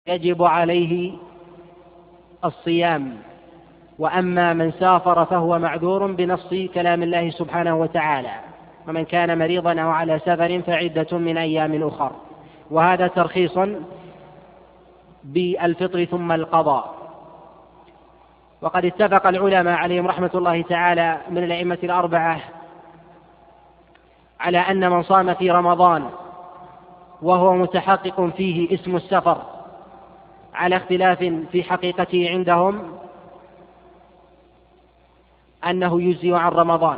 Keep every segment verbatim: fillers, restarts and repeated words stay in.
يجب عليه الصيام. وأما من سافر فهو معذور بنص كلام الله سبحانه وتعالى: ومن كان مريضا أو على سفر فعدة من أيام أخر. وهذا ترخيص بالفطر ثم القضاء. وقد اتفق العلماء عليهم رحمة الله تعالى من الأئمة الأربعة على أن من صام في رمضان وهو متحقق فيه اسم السفر على اختلاف في حقيقته عندهم أنه يجزي عن رمضان،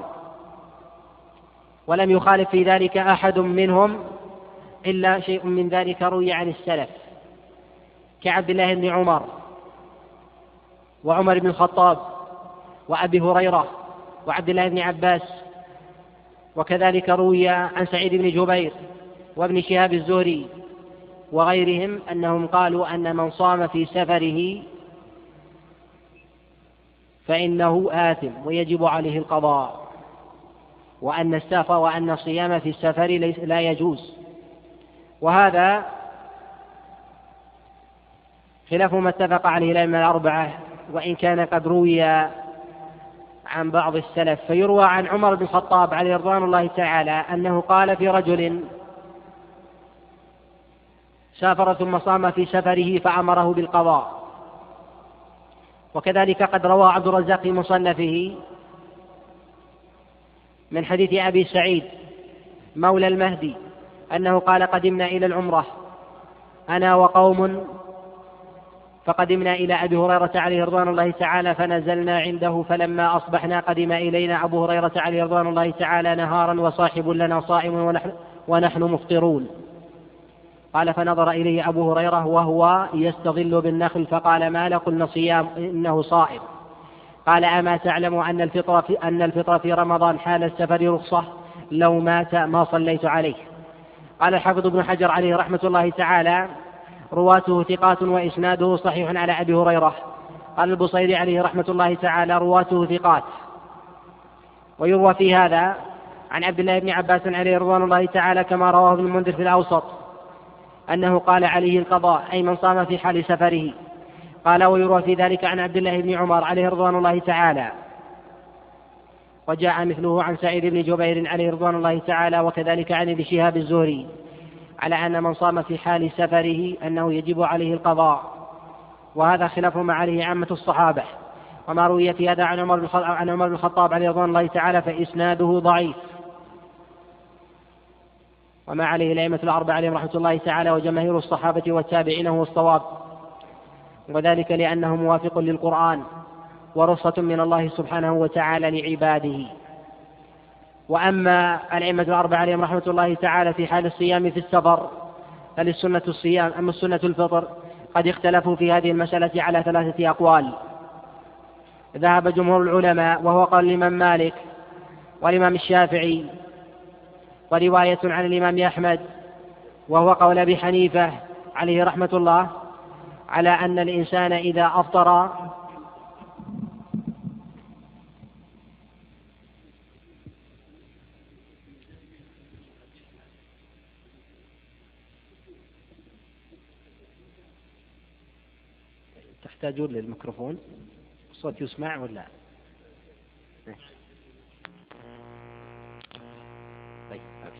ولم يخالف في ذلك أحد منهم إلا شيء من ذلك روي عن السلف كعبد الله بن عمر وعمر بن الخطاب وأبي هريرة وعبد الله بن عباس، وكذلك روي عن سعيد بن جبير وابن شهاب الزهري وغيرهم أنهم قالوا أن من صام في سفره فإنه آثم ويجب عليه القضاء، وأن السفر وأن الصيام في السفر لا يجوز. وهذا خلاف ما اتفق عليه الأئمة الأربعة، وإن كان قد روي عن بعض السلف. فيروى عن عمر بن الخطاب عليه رضوان الله تعالى أنه قال في رجل سافر ثم صام في سفره فأمره بالقضاء. وكذلك قد روى عبد الرزاق في مصنفه من حديث أبي سعيد مولى المهدي أنه قال: قدمنا إلى العمرة أنا وقوم فقدمنا إلى أبي هريرة عليه رضوان الله تعالى فنزلنا عنده، فلما أصبحنا قدم إلينا أبو هريرة عليه رضوان الله تعالى نهارا وصاحب لنا صائم ونحن, ونحن مفطرون. قال: فنظر إليه أبو هريرة وهو يستظل بالنخل فقال: ما لا قلنا صيام إنه صائم. قال: أما تعلم أن الفطر في, أن الفطر في رمضان حال السفر رخصة، لو مات ما صليت عليه. قال الحافظ ابن حجر عليه رحمة الله تعالى: رواته ثقات وإسناده صحيح على أبي هريرة. قال البصيري عليه رحمة الله تعالى: رواته ثقات. ويروى في هذا عن عبد الله بن عباس عليه رضوان الله تعالى كما رواه ابن المنذر في الأوسط أنه قال: عليه القضاء، أي من صام في حال سفره. قال: ويروى في ذلك عن عبد الله بن عمر عليه رضوان الله تعالى. وجاء مثله عن سعيد بن جبير عليه رضوان الله تعالى، وكذلك عن ابن شهاب الزهري على أن من صام في حال سفره أنه يجب عليه القضاء. وهذا خلاف ما عليه عامة الصحابة. وما روي في هذا عن عمر بن الخطاب عليه رضوان الله تعالى فإسناده ضعيف، وما عليه الأئمة الأربعة عليهم رحمة الله تعالى وجماهير الصحابة والتابعين هو الصواب، وذلك لأنه موافق للقرآن ورخصة من الله سبحانه وتعالى لعباده. وأما الأئمة الأربعة عليهم رحمة الله تعالى في حال الصيام في السفر هل السنة الصيام أم السنة الفطر، قد اختلفوا في هذه المسألة على ثلاثة أقوال. ذهب جمهور العلماء وهو قول الإمام مالك والإمام الشافعي ورواية عن الإمام أحمد وهو قول أبي حنيفة عليه رحمة الله على أن الإنسان إذا أفطر تحتاجون للميكروفون، الصوت يسمع ولا؟ طيب.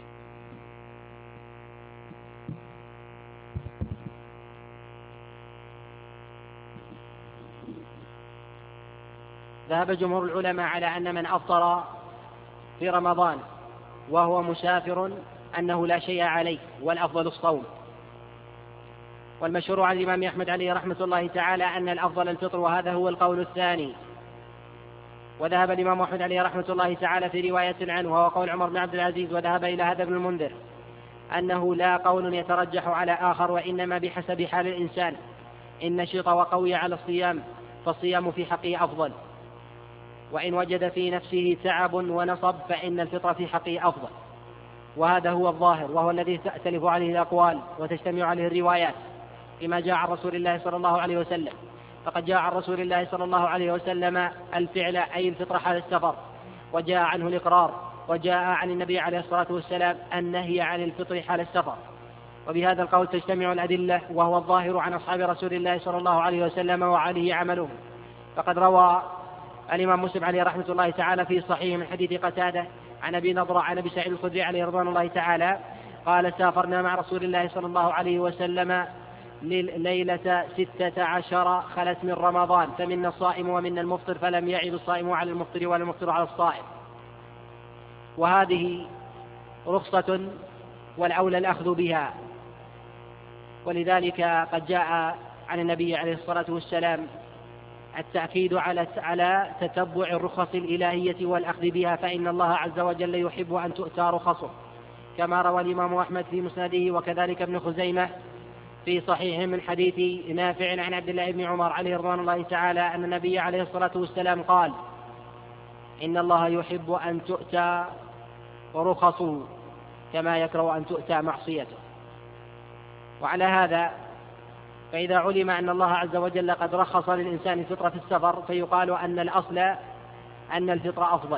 ذهب جمهور العلماء على أن من أفطر في رمضان وهو مسافر أنه لا شيء عليه والأفضل الصوم. والمشهور عن الإمام أحمد عليه رحمة الله تعالى أن الأفضل الفطر، وهذا هو القول الثاني. وذهب الإمام أحمد عليه رحمة الله تعالى في رواية عنه وهو قول عمر بن عبد العزيز، وذهب إلى هذا ابن المنذر أنه لا قول يترجح على آخر، وإنما بحسب حال الإنسان، إن نشط وقوي على الصيام فالصيام في حقه أفضل، وإن وجد في نفسه تعب ونصب فإن الفطر في حقه أفضل. وهذا هو الظاهر، وهو الذي تختلف عليه الأقوال وتجتمع عليه الروايات فيما جاء عن رسول الله صلى الله عليه وسلم. فقد جاء عن رسول الله صلى الله عليه وسلم الفعل أي الفطر حال السفر، وجاء عنه الإقرار، وجاء عن النبي عليه الصلاة والسلام النهي عن الفطر حال السفر. وبهذا القول تجتمع الأدلة، وهو الظاهر عن أصحاب رسول الله صلى الله عليه وسلم وعليه عمله. فقد روى الإمام مسلم عليه رحمة الله تعالى في صحيح من حديث قتادة عن أبي نضرة عن أبي سعيد الخدري عليه رضوان الله تعالى قال: سافرنا مع رسول الله صلى الله عليه وسلم ليلة ستة عشر خلت من رمضان، فمنا الصائم ومنا المفطر، فلم يعد الصائم على المفطر ولا المفطر على الصائم. وهذه رخصة والأولى الأخذ بها، ولذلك قد جاء عن النبي عليه الصلاة والسلام التأكيد على على تتبع الرخص الإلهية والأخذ بها، فإن الله عز وجل يحب أن تؤتى رخصه، كما روى الإمام أحمد في مسنده وكذلك ابن خزيمة في صحيح من حديث نافع عن عبد الله بن عمر عليه رضوان الله تعالى أن النبي عليه الصلاة والسلام قال: إن الله يحب أن تؤتى رخصه كما يكره أن تؤتى معصيته. وعلى هذا فإذا علم أن الله عز وجل قد رخص للإنسان الفطر في السفر، فيقال أن الأصل أن الفطر أفضل،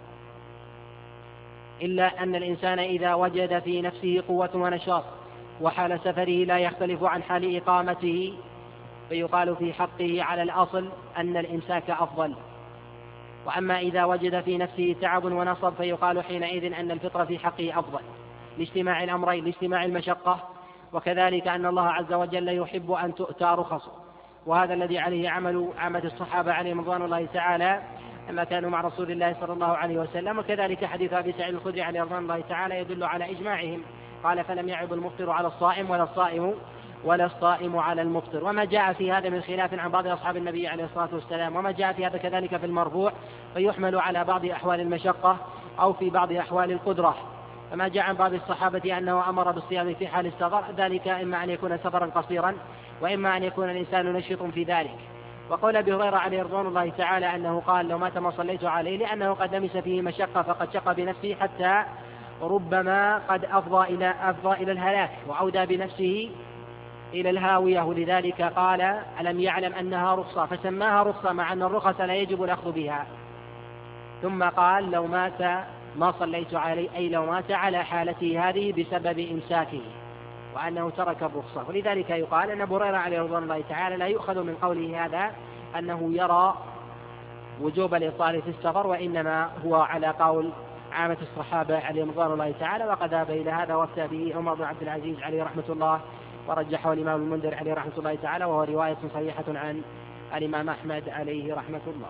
إلا أن الإنسان إذا وجد في نفسه قوة ونشاط وحال سفره لا يختلف عن حال إقامته، فيقال في حقه على الأصل أن الإمساك أفضل. وأما إذا وجد في نفسه تعب ونصب، فيقال حينئذ أن الفطر في حقه أفضل، لاجتماع الأمرين، لاجتماع المشقة، وكذلك أن الله عز وجل يحب أن تؤتى رخصه. وهذا الذي عليه عمل عامة الصحابة عليهم رضوان الله تعالى لما كانوا مع رسول الله صلى الله عليه وسلم. وكذلك حديث أبي سعيد الخدري عليه رضوان الله تعالى يدل على إجماعهم، قال: فلم يعب المفطر على الصائم ولا الصائم ولا الصائم على المفطر. وما جاء في هذا من خلاف عن بعض أصحاب النبي عليه الصلاة والسلام، وما جاء في هذا كذلك في المرفوع، فيحمل على بعض أحوال المشقة أو في بعض أحوال القدرة. فما جاء عن بعض الصحابة أنه أمر بالصيام في حال السفر، ذلك إما أن يكون سفرا قصيرا وإما أن يكون الإنسان نشط في ذلك. وقول أبي هريرة عليه رضوان الله تعالى أنه قال: لو مات ما صليت عليه، لأنه قد لمس فيه مشقة فقد شق بنفسه حتى ربما قد أفضى إلى أفضى إلى الهلاك وعودى بنفسه إلى الهاوية. ولذلك قال: ألم يعلم أنها رخصة، فسماها رخصة مع أن الرخص لا يجب الأخذ بها. ثم قال: لو مات ما صليت عليه، أي لو مات على حالته هذه بسبب إمساكه، وأنه ترك الرخصة. ولذلك يقال أن أبو هريرة عليه رضوان الله تعالى لا يؤخذ من قوله هذا أنه يرى وجوب الإبطال في السفر، وإنما هو على قول عامة الصحابة عليهم رضوان الله تعالى. وقد ذهب إلى هذا وافتى به عمر بن عبد العزيز عليه رحمة الله، ورجحه الإمام المنذر عليه رحمة الله تعالى، وهو رواية صحيحة عن الإمام أحمد عليه رحمة الله.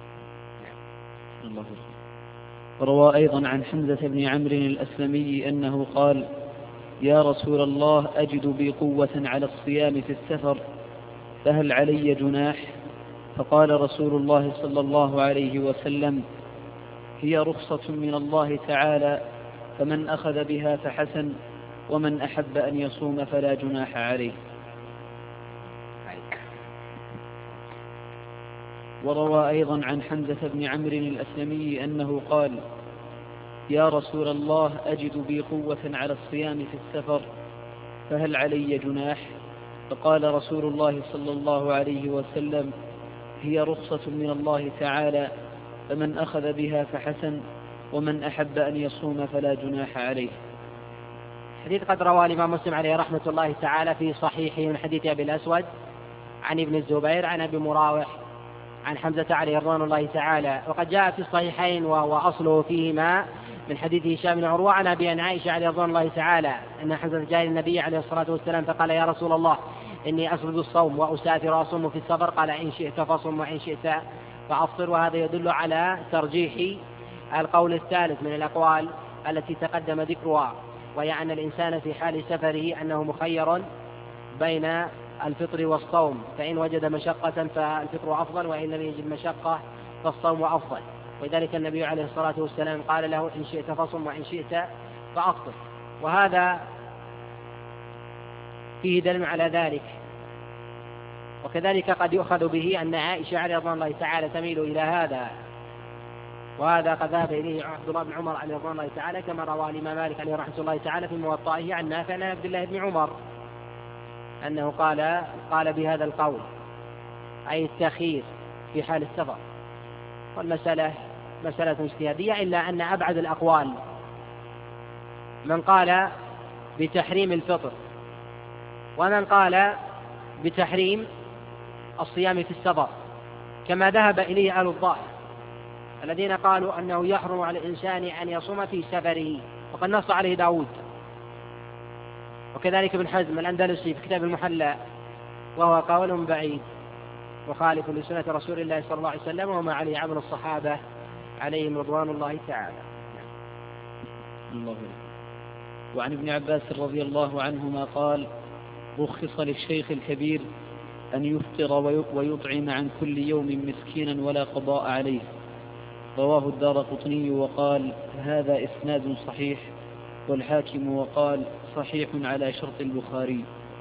الله. وروى أيضا عن حمزة بن عمرو الأسلمي أنه قال: يا رسول الله، أجد بي قوة على الصيام في السفر، فهل علي جناح؟ فقال رسول الله صلى الله عليه وسلم: هي رخصة من الله تعالى، فمن أخذ بها فحسن، ومن أحب أن يصوم فلا جناح عليه. وروى أيضا عن حمزة بن عمرو الأسلمي أنه قال: يا رسول الله، أجد بي قوة على الصيام في السفر، فهل علي جناح؟ فقال رسول الله صلى الله عليه وسلم: هي رخصة من الله تعالى، فمن أخذ بها فحسن، ومن أحب أن يصوم فلا جناح عليه. حديث قد روى الإمام مسلم عليه رحمة الله تعالى في صحيحه من حديث أبي الأسود عن ابن الزبير عن أبي مراوح عن حمزة عليه رضوان الله تعالى، وقد جاء في الصحيحين وهو أصله فيهما من حديث هشام بن عروة عن أبي عن عائشة عليه رضوان الله تعالى أن حمزة جاء النبي عليه الصلاة والسلام فقال: يا رسول الله، إني أسرد الصوم وأسافر وأصوم في السفر. قال: إن شئت فصم وإن شئت فأفطر. وهذا يدل على ترجيح القول الثالث من الأقوال التي تقدم ذكرها، وهي أن الإنسان في حال سفره أنه مخير بين الفطر والصوم، فإن وجد مشقة فالفطر أفضل، وإن لم يجد مشقة فالصوم أفضل. ولذلك النبي عليه الصلاة والسلام قال له: إن شئت فصم وإن شئت فأفطر. وهذا فيه دليل على ذلك. وكذلك قد يؤخذ به أن عائشة عليه رضوان الله تعالى تميل إلى هذا، وهذا قد ذهب إليه عبد الله بن عمر عليه رضوان الله تعالى، كما روى الإمام مالك عليه رحمة الله تعالى في موطئه عن نافع عن عبد الله بن عمر أنه قال قال بهذا القول، أي التأخير في حال السفر. والمسألة مسألة اجتهادية، إلا أن أبعد الأقوال من قال بتحريم الفطر ومن قال بتحريم الصيام في السفر، كما ذهب إليه أهل الظاهر الذين قالوا أنه يحرم على الإنسان أن يصوم في سفره، وقد نص عليه داود، وكذلك ابن حزم الأندلسي في كتاب المحلى، وهو قول بعيد مخالف لسنة رسول الله صلى الله عليه وسلم وما عليه عمل الصحابة عليهم رضوان الله تعالى. الله. وعن ابن عباس رضي الله عنهما قال: رخص للشيخ الكبير أن يفطر ويطعم عن كل يوم مسكينا ولا قضاء عليه. رواه الدارقطني وقال: هذا إسناد صحيح، والحاكم وقال: صحيح على شرط البخاري.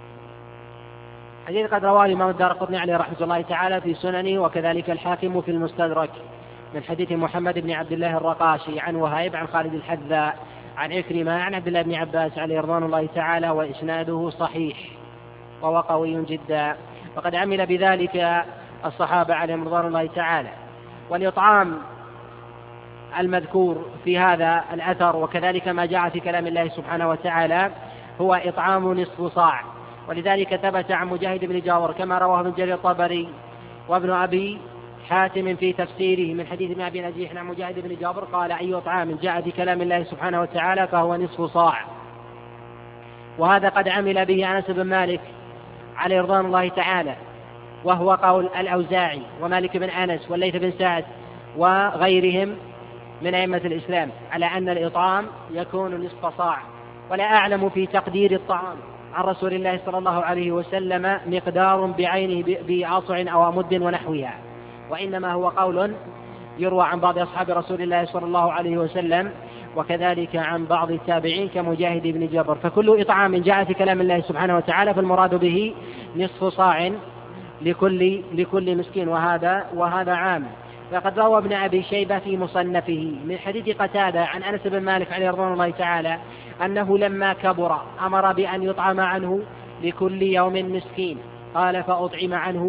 حديث قد رواه الإمام الدارقطني عليه رحمة الله تعالى في سننه، وكذلك الحاكم في المستدرك، من حديث محمد بن عبد الله الرقاشي عن وهيب عن خالد الحذاء عن عكرمة عن عبد الله بن عباس عليه رضوان الله تعالى، وإسناده صحيح وهو قوي جدا، وقد عمل بذلك الصحابة عليهم رضوان الله تعالى. والإطعام المذكور في هذا الأثر وكذلك ما جاء في كلام الله سبحانه وتعالى هو إطعام نصف صاع، ولذلك ثبت عن مجاهد بن جابر كما رواه ابن جرير الطبري وابن أبي حاتم في تفسيره من حديث ابن أبي نجيح عن مجاهد بن جابر قال: أي طعام جاء في كلام الله سبحانه وتعالى فهو نصف صاع. وهذا قد عمل به أنس بن مالك عليه رضوان الله تعالى، وهو قول الأوزاعي ومالك بن أنس والليث بن سعد وغيرهم من أئمة الإسلام على أن الإطعام يكون نصف صاع. ولا أعلم في تقدير الطعام عن رسول الله صلى الله عليه وسلم مقدار بعينه بعصع أو مد ونحوها، وإنما هو قول يروى عن بعض أصحاب رسول الله صلى الله عليه وسلم وكذلك عن بعض التابعين كمجاهد بن جبر. فكل إطعام جاء في كلام الله سبحانه وتعالى فالمراد به نصف صاع لكل, لكل مسكين، وهذا, وهذا عام. فقد روى ابن أبي شيبة في مصنفه من حديث قتادة عن أنس بن مالك عليه رضوان الله تعالى أنه لما كبر أمر بأن يطعم عنه لكل يوم مسكين، قال: فأطعم عنه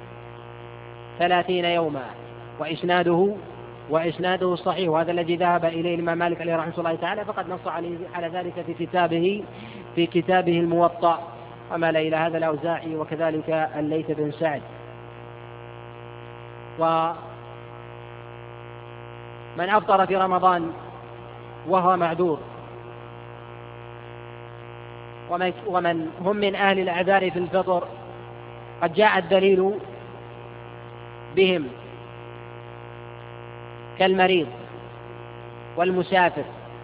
ثلاثين يوما، وإسناده وإسناده صحيح، وهذا الذي ذهب إليه الإمام مالك عليه رحمة الله تعالى، فقد نص عليه على ذلك في كتابه في كتابه الموطأ، ومال إلى هذا الأوزاعي وكذلك الليث بن سعد. ومن أفطر في رمضان وهو معذور، ومن هم من أهل الأعذار في الفطر قد جاء الدليل بهم كالمريض والمسافر،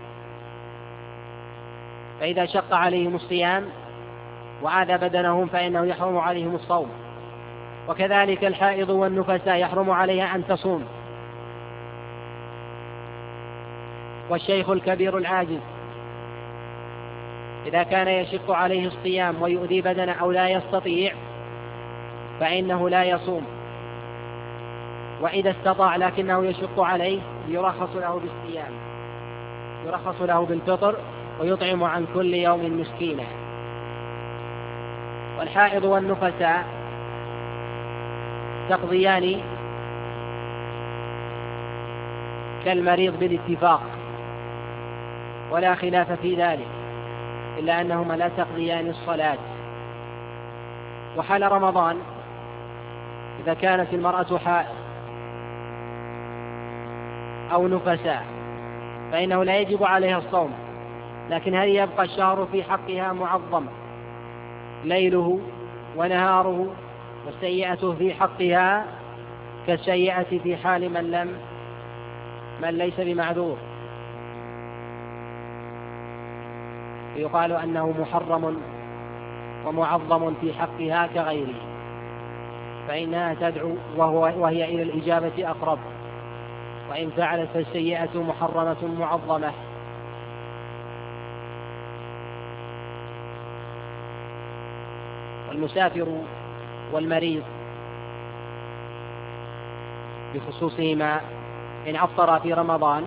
فإذا شق عليهم الصيام وآذى بدنهم فإنه يحرم عليهم الصوم، وكذلك الحائض والنفساء يحرم عليها أن تصوم، والشيخ الكبير العاجز إذا كان يشق عليه الصيام ويؤذي بدنه أو لا يستطيع فإنه لا يصوم، وإذا استطاع لكنه يشق عليه يرخص له بالصيام، يرخص له بالفطر ويطعم عن كل يوم مسكينا. والحائض والنفساء تقضيان كالمريض بالاتفاق ولا خلاف في ذلك، إلا أنهما لا تقضيان الصلاة. وحال رمضان إذا كانت المرأة حائض أو نفساء فإنه لا يجب عليها الصوم، لكن هل يبقى الشهر في حقها معظم ليله ونهاره، والسيئة في حقها كالسيئة في حال من لم من ليس بمعذور، يقال أنه محرم ومعظم في حقها كغيره، فإنها تدعو وهو وهي إلى الإجابة أقرب، وإن فعلت فالسيئة محرمة معظمة. والمسافر والمريض بخصوصهما إن أفطر في رمضان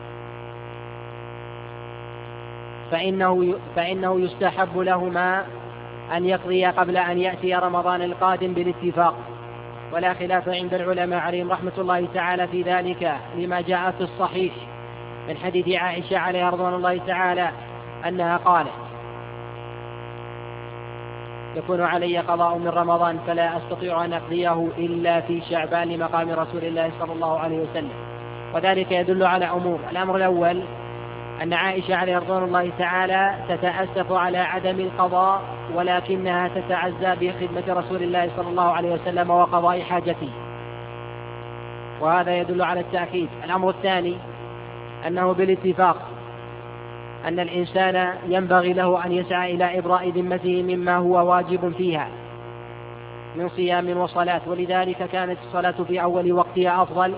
فإنه, فإنه يستحب لهما أن يقضي قبل أن يأتي رمضان القادم بالاتفاق، ولا خلاف عند العلماء عليهم رحمة الله تعالى في ذلك، لما جاء في الصحيح من حديث عائشة عليها رضوان الله تعالى أنها قالت: يكون علي قضاء من رمضان فلا أستطيع أن أقضيه إلا في شعبان لمقام رسول الله صلى الله عليه وسلم. وذلك يدل على أمور. الأمر الأول أن عائشة عليه رضوان الله تعالى تتأسف على عدم القضاء، ولكنها تتعزى بخدمة رسول الله صلى الله عليه وسلم وقضاء حاجته، وهذا يدل على التأكيد. الأمر الثاني أنه بالاتفاق أن الإنسان ينبغي له أن يسعى إلى إبراء ذمته مما هو واجب فيها من صيام وصلاة، ولذلك كانت الصلاة في أول وقتها أفضل،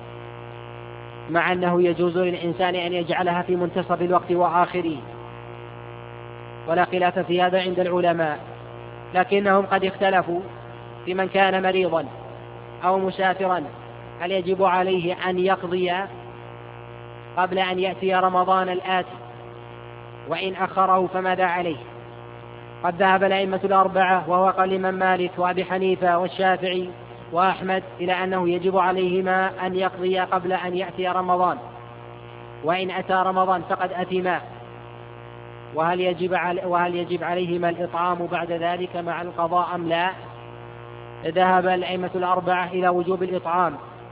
مع أنه يجوز للإنسان أن يجعلها في منتصف الوقت وآخره، ولا خلاف في هذا عند العلماء. لكنهم قد اختلفوا في من كان مريضا أو مسافرا هل يجب عليه أن يقضي قبل أن يأتي رمضان الآتي، وإن أخره فماذا عليه؟ قد ذهب الأئمة الأربعة وهو قول الإمام مالك وأبي حنيفة والشافعي وأحمد إلى أنه يجب عليهما أن يقضي قبل أن يأتي رمضان، وإن أتى رمضان فقد أثما، وهل يجب, علي وهل يجب عليهما الإطعام بعد ذلك مع القضاء أم لا؟ ذهب الأئمة الأربعة إلى وجوب الإطعام،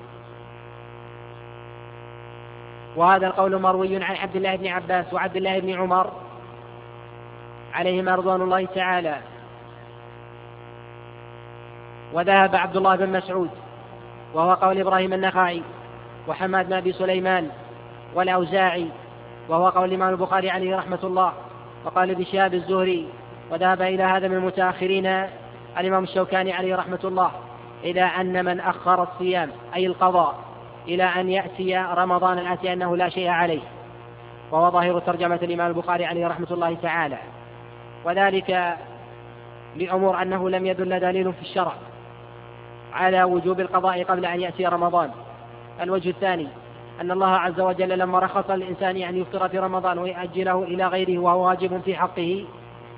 وهذا القول مروي عن عبد الله بن عباس وعبد الله بن عمر عليهما رضوان الله تعالى. وذهب عبد الله بن مسعود وهو قول إبراهيم النخعي وحماد بن أبي سليمان والأوزاعي وهو قول الإمام البخاري عليه رحمة الله، وقال ابن شهاب الزهري. وذهب إلى هذا من المتأخرين الإمام الشوكاني عليه رحمة الله إلى أن من أخر الصيام أي القضاء إلى أن يأتي رمضان الآتي أنه لا شيء عليه، وهو ظاهر ترجمة الإمام البخاري عليه رحمة الله تعالى، وذلك لأمور أنه لم يدل دليل في الشرع على وجوب القضاء قبل أن يأتي رمضان. الوجه الثاني أن الله عز وجل لما رخص للإنسان أن يفطر في رمضان ويؤجله إلى غيره وهو واجب في حقه،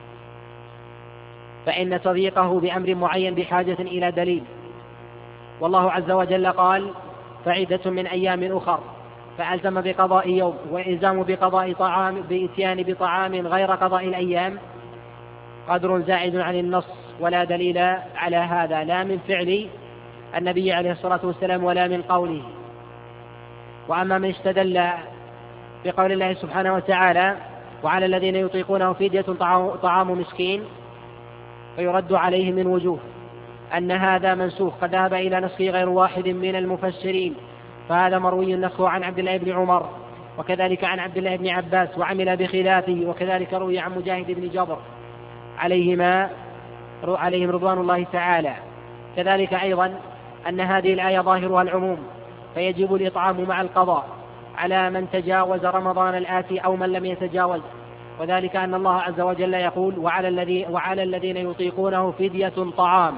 فإن تضييقه بأمر معين بحاجة إلى دليل، والله عز وجل قال فعدة من أيام أخر، فألزم بقضاء يوم، وإلزام بقضاء طعام بإتيان بطعام غير قضاء الأيام قدر زائد عن النص، ولا دليل على هذا لا من فعل النبي عليه الصلاة والسلام ولا من قوله. وأما من استدل بقول الله سبحانه وتعالى وعلى الذين يطيقونه فدية طعام مسكين، فيرد عليه من وجوه أن هذا منسوخ، قد ذهب إلى نسخه غير واحد من المفسرين، فهذا مروي نسخه عن عبد الله بن عمر وكذلك عن عبد الله بن عباس وعمل بخلافه، وكذلك روي عن مجاهد بن جبر عليهما عليهم رضوان الله تعالى. كذلك أيضا أن هذه الآية ظاهرها العموم، فيجب الإطعام مع القضاء على من تجاوز رمضان الآتي أو من لم يتجاوز، وذلك أن الله عز وجل يقول وعلى, الذي وعلى الذين يطيقونه فدية طعام،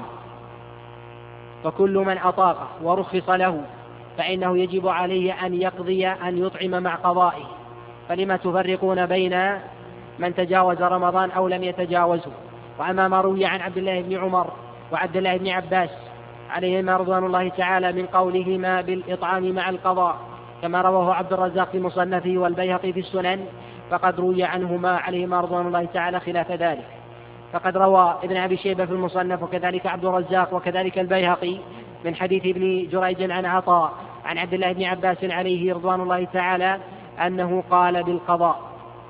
فكل من أطاق ورخص له فإنه يجب عليه أن يقضي أن يطعم مع قضائه، فلما تفرقون بين من تجاوز رمضان أو لم يتجاوزه؟ وأما ما روي عن عبد الله بن عمر وعبد الله بن عباس عليهما رضوان الله تعالى من قولهما بالإطعام مع القضاء كما رواه عبد الرزاق في مصنفه والبيهقي في السنن، فقد روي عنهما عليهما رضوان الله تعالى خلاف ذلك. فقد روى ابن أبي شيبة في المصنف وكذلك عبد الرزاق وكذلك البيهقي من حديث ابن جريج عن عطاء عن عبد الله بن عباس عليه رضوان الله تعالى أنه قال بالقضاء،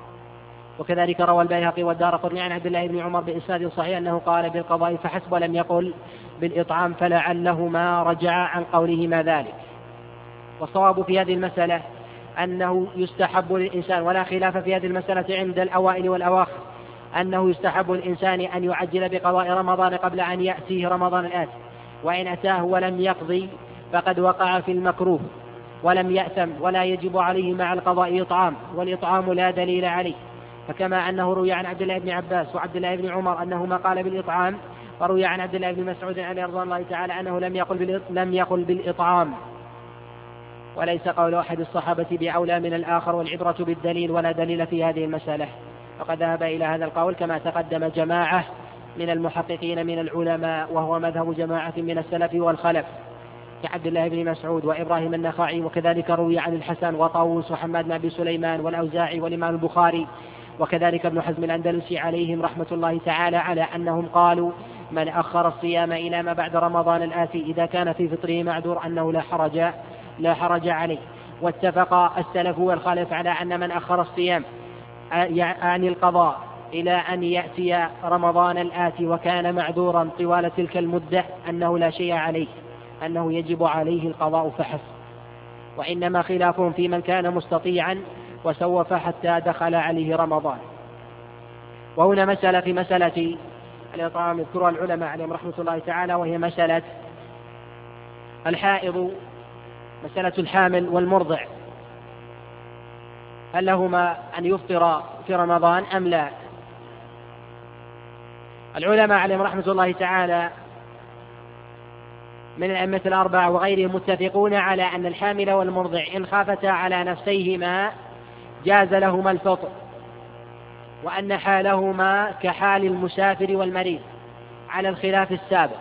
وكذلك روى البيهقي والدارقطني عن عبد الله بن عمر بإسناد صحيح أنه قال بالقضاء فحسب ولم يقل بالإطعام، فلعلهما رجع عن قولهما ذلك. والصواب في هذه المسألة أنه يستحب للإنسان، ولا خلاف في هذه المسألة عند الأوائل والأواخر، أنه يستحب للإنسان أن يعجل بقضاء رمضان قبل أن يأتيه رمضان الآتي، وإن أتاه ولم يقضي فقد وقع في المكروه ولم يأثم، ولا يجب عليه مع القضاء إطعام، والإطعام لا دليل عليه. فكما أنه روي عن عبد الله بن عباس وعبد الله بن عمر أنهما قال بالإطعام، وروي عن عبد الله بن مسعود عليه رضوان الله تعالى أنه لم يقل لم يقل بالإطعام. وليس قول أحد الصحابة بأولى من الآخر، والعبرة بالدليل ولا دليل في هذه المسألة. فقد ذهب إلى هذا القول كما تقدم جماعة من المحققين من العلماء، وهو مذهب جماعة من السلف والخلف كعبد الله بن مسعود وإبراهيم النخعي، وكذلك روي عن الحسن وطاووس وحماد بن أبي سليمان والأوزاعي والإمام البخاري وكذلك ابن حزم الأندلسي عليهم رحمة الله تعالى على أنهم قالوا من أخر الصيام إلى ما بعد رمضان الآتي إذا كان في فطره معذور أنه لا حرج لا حرج عليه. واتفق السلف والخلف على أن من أخر الصيام عن القضاء إلى أن يأتي رمضان الآتي وكان معذورا طوال تلك المدة أنه لا شيء عليه، أنه يجب عليه القضاء فحسب، وإنما خلافهم في من كان مستطيعا وسوف حتى دخل عليه رمضان. وهنا مسألة في مسألة الإطعام يذكرها العلماء عليهم رحمة الله تعالى، وهي مسألة الحائض، مسألة الحامل والمرضع، هل لهما أن يفطر في رمضان أم لا؟ العلماء عليهم رحمة الله تعالى من الأئمة الأربعة وغيرهم متفقون على أن الحامل والمرضع إن خافتا على نفسيهما جاز لهما الفطر، وأن حالهما كحال المسافر والمريض على الخلاف السابق.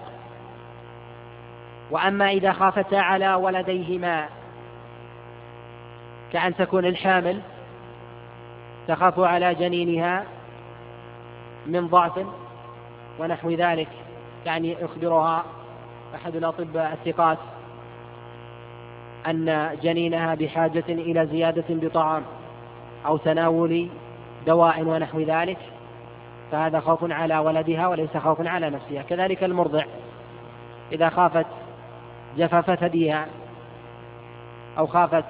وأما إذا خافتا على ولديهما كأن تكون الحامل تخاف على جنينها من ضعف ونحو ذلك، يعني يخبرها أحد الأطباء الثقات أن جنينها بحاجة إلى زيادة بطعام أو تناول دواء ونحو ذلك، فهذا خوف على ولدها وليس خوف على نفسها. كذلك المرضع إذا خافت جفاف ثديها أو خافت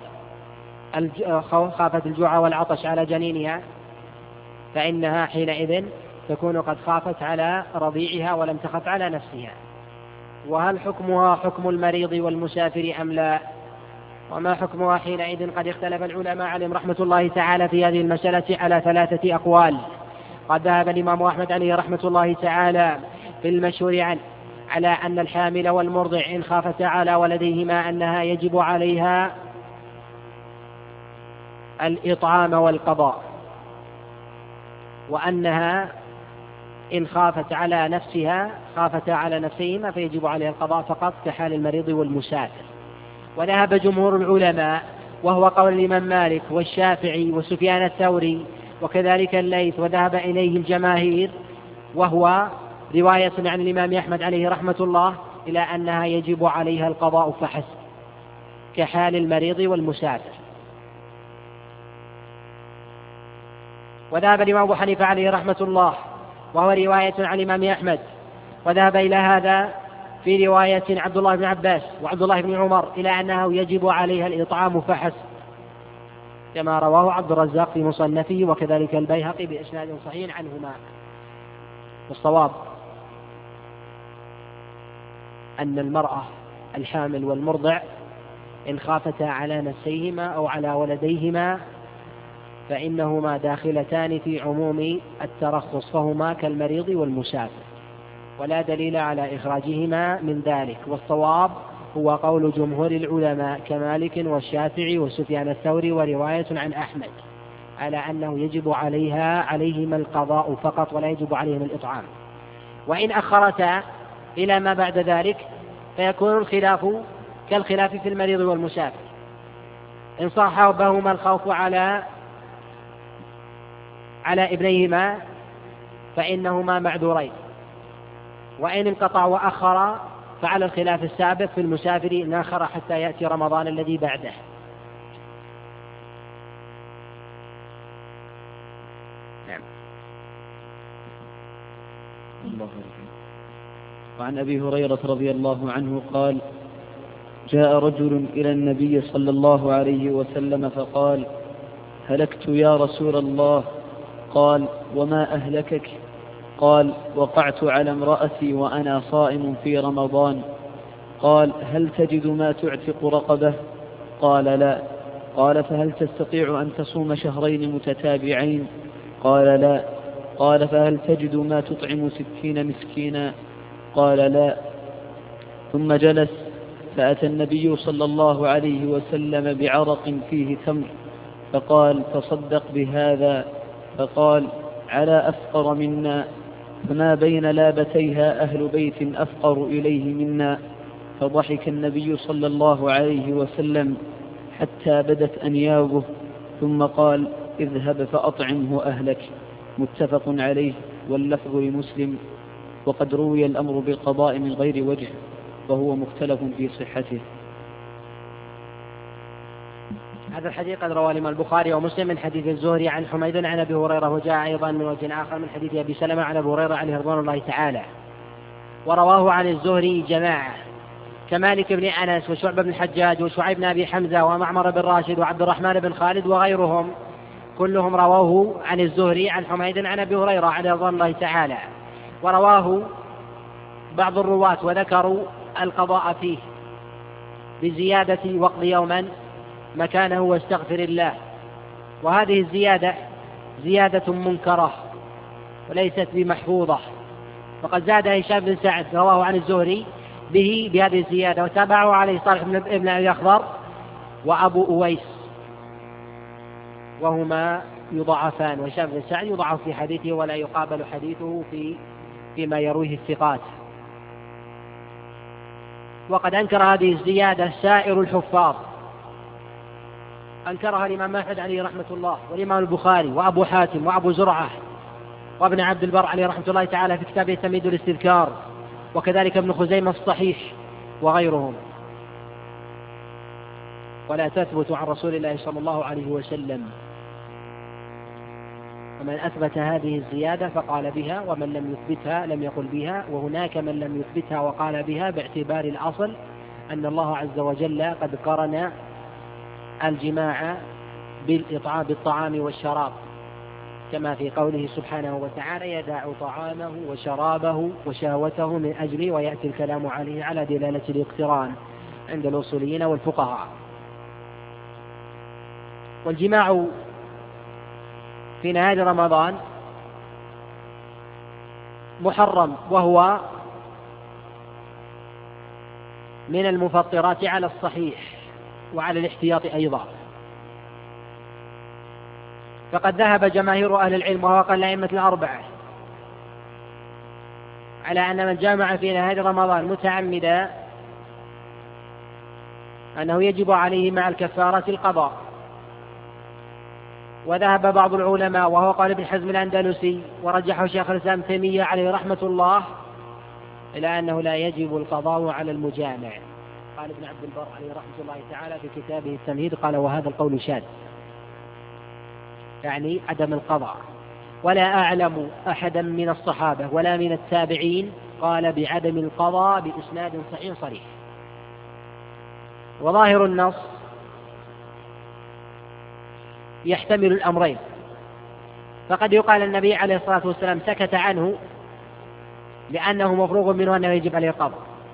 خافت الجوع والعطش على جنينها فإنها حينئذ تكون قد خافت على رضيعها ولم تخف على نفسها. وهل حكمها حكم المريض والمسافر أم لا؟ وما حكمها حينئذ؟ قد اختلف العلماء عليهم رحمة الله تعالى في هذه المسألة على ثلاثة أقوال. قد ذهب الإمام أحمد عليه رحمة الله تعالى في المشهور عنه على أن الحامل والمرضع إن خافتا على ولديهما أنها يجب عليها الإطعام والقضاء، وأنها إن خافت على نفسها خافتا على نفسهما فيجب عليها القضاء فقط كحال المريض والمسافر. وذهب جمهور العلماء وهو قول الإمام مالك والشافعي وسفيان الثوري وكذلك الليث، وذهب إليه الجماهير وهو رواية عن الإمام أحمد عليه رحمة الله إلى أنها يجب عليها القضاء فحسب كحال المريض والمسافر. وذهب الإمام أبو حنيفة عليه رحمة الله وهو رواية عن الإمام أحمد، وذهب إلى هذا في رواية عبد الله بن عباس وعبد الله بن عمر إلى أنه يجب عليها الإطعام فحسب، كما رواه عبد الرزاق في مصنفه وكذلك البيهقي بإسناد صحيح عنهما. والصواب أن المرأة الحامل والمرضع إن خافتا على نفسيهما أو على ولديهما فإنهما داخلتان في عموم الترخص، فهما كالمريض والمسافر، ولا دليل على إخراجهما من ذلك. والصواب هو قول جمهور العلماء كمالك والشافعي وسفيان الثوري ورواية عن أحمد على أنه يجب عليها عليهما القضاء فقط ولا يجب عليهما الإطعام. وإن أخرتا إلى ما بعد ذلك فيكون الخلاف كالخلاف في المريض والمسافر، إن صاحبهما الخوف على على ابنيهما فإنهما معذورين، وإن انقطع وأخر فعلى الخلاف السابق في المسافر إن أخر حتى يأتي رمضان الذي بعده. نعم. وعن أبي هريرة رضي الله عنه قال: جاء رجل إلى النبي صلى الله عليه وسلم فقال: هلكت يا رسول الله. قال: وما أهلكك؟ قال: وقعت على امرأتي وأنا صائم في رمضان. قال: هل تجد ما تعتق رقبة؟ قال: لا. قال: فهل تستطيع أن تصوم شهرين متتابعين؟ قال: لا. قال: فهل تجد ما تطعم ستين مسكينا؟ قال: لا. ثم جلس، فأتى النبي صلى الله عليه وسلم بعرق فيه تمر فقال: تصدق بهذا. فقال: على أفقر منا، فما بين لابتيها أهل بيت أفقر إليه منا. فضحك النبي صلى الله عليه وسلم حتى بدت أنيابه، ثم قال: اذهب فأطعمه أهلك. متفق عليه، واللفظ لمسلم. وقد روي الأمر بالقضاء من غير وجه، وهو مختلف في صحته. هذا الحديث قد رواه الإمام البخاري ومسلم من حديث الزهري عن حميد عن أبي هريرة، وجاء أيضا من وجه آخر من حديث أبي سلمة عن أبي هريرة عليه رضوان الله تعالى. ورواه عن الزهري جماعة كمالك بن أنس وشعبة بن الحجاج وشعيب بن أبي حمزة ومعمر بن راشد وعبد الرحمن بن خالد وغيرهم، كلهم رواه عن الزهري عن حميد عن أبي هريرة عليه رضوان الله تعالى. ورواه بعض الرواة وذكروا القضاء فيه بزيادة وقض يوما مكانه واستغفر الله، وهذه الزيادة زيادة منكرة وليست بمحفوظة، وقد زاد هشام بن سعد رواه عن الزهري به بهذه الزيادة، وتابعه عليه صالح بن ابن أبي أخضر وأبو أويس، وهما يضعفان، وهشام بن سعد يضعف في حديثه ولا يقابل حديثه في فيما يرويه الثقات. وقد أنكر هذه الزيادة سائر الحفاظ، أنكرها الإمام أحمد عليه رحمة الله، والإمام البخاري وأبو حاتم وأبو زرعة وابن عبد البر عليه رحمة الله تعالى في كتابه تمهيد الاستذكار، وكذلك ابن خزيمة الصحيح وغيرهم، ولا تثبت عن رسول الله صلى الله عليه وسلم. ومن أثبت هذه الزيادة فقال بها، ومن لم يثبتها لم يقل بها، وهناك من لم يثبتها وقال بها باعتبار الأصل أن الله عز وجل قد قرن الجماع بالإطعام بالطعام والشراب، كما في قوله سبحانه وتعالى يدع طعامه وشرابه وشهوته من أجله، ويأتي الكلام عليه على دلالة الاقتران عند الأصوليين والفقهاء. والجماع في نهاية رمضان محرم، وهو من المفطرات على الصحيح وعلى الاحتياط أيضا. فقد ذهب جماهير أهل العلم وهو قال الأئمة الأربعة على أن من جامع في نهاية رمضان متعمدا أنه يجب عليه مع الكفارة القضاء. وذهب بعض العلماء وهو قال ابن حزم الأندلسي ورجحه شيخ الإسلام تيمية عليه رحمة الله إلى أنه لا يجب القضاء على المجامع. قال ابن عبد البر عليه رحمة الله تعالى في كتابه التمهيد قال وهذا القول شاذ، يعني عدم القضاء. ولا أعلم أحدا من الصحابة ولا من التابعين قال بعدم القضاء بإسناد صحيح صريح. وظاهر النص يحتمل الأمرين، فقد يقال النبي عليه الصلاة والسلام سكت عنه لأنه مفروغ منه أنه يجب عليه القضاء،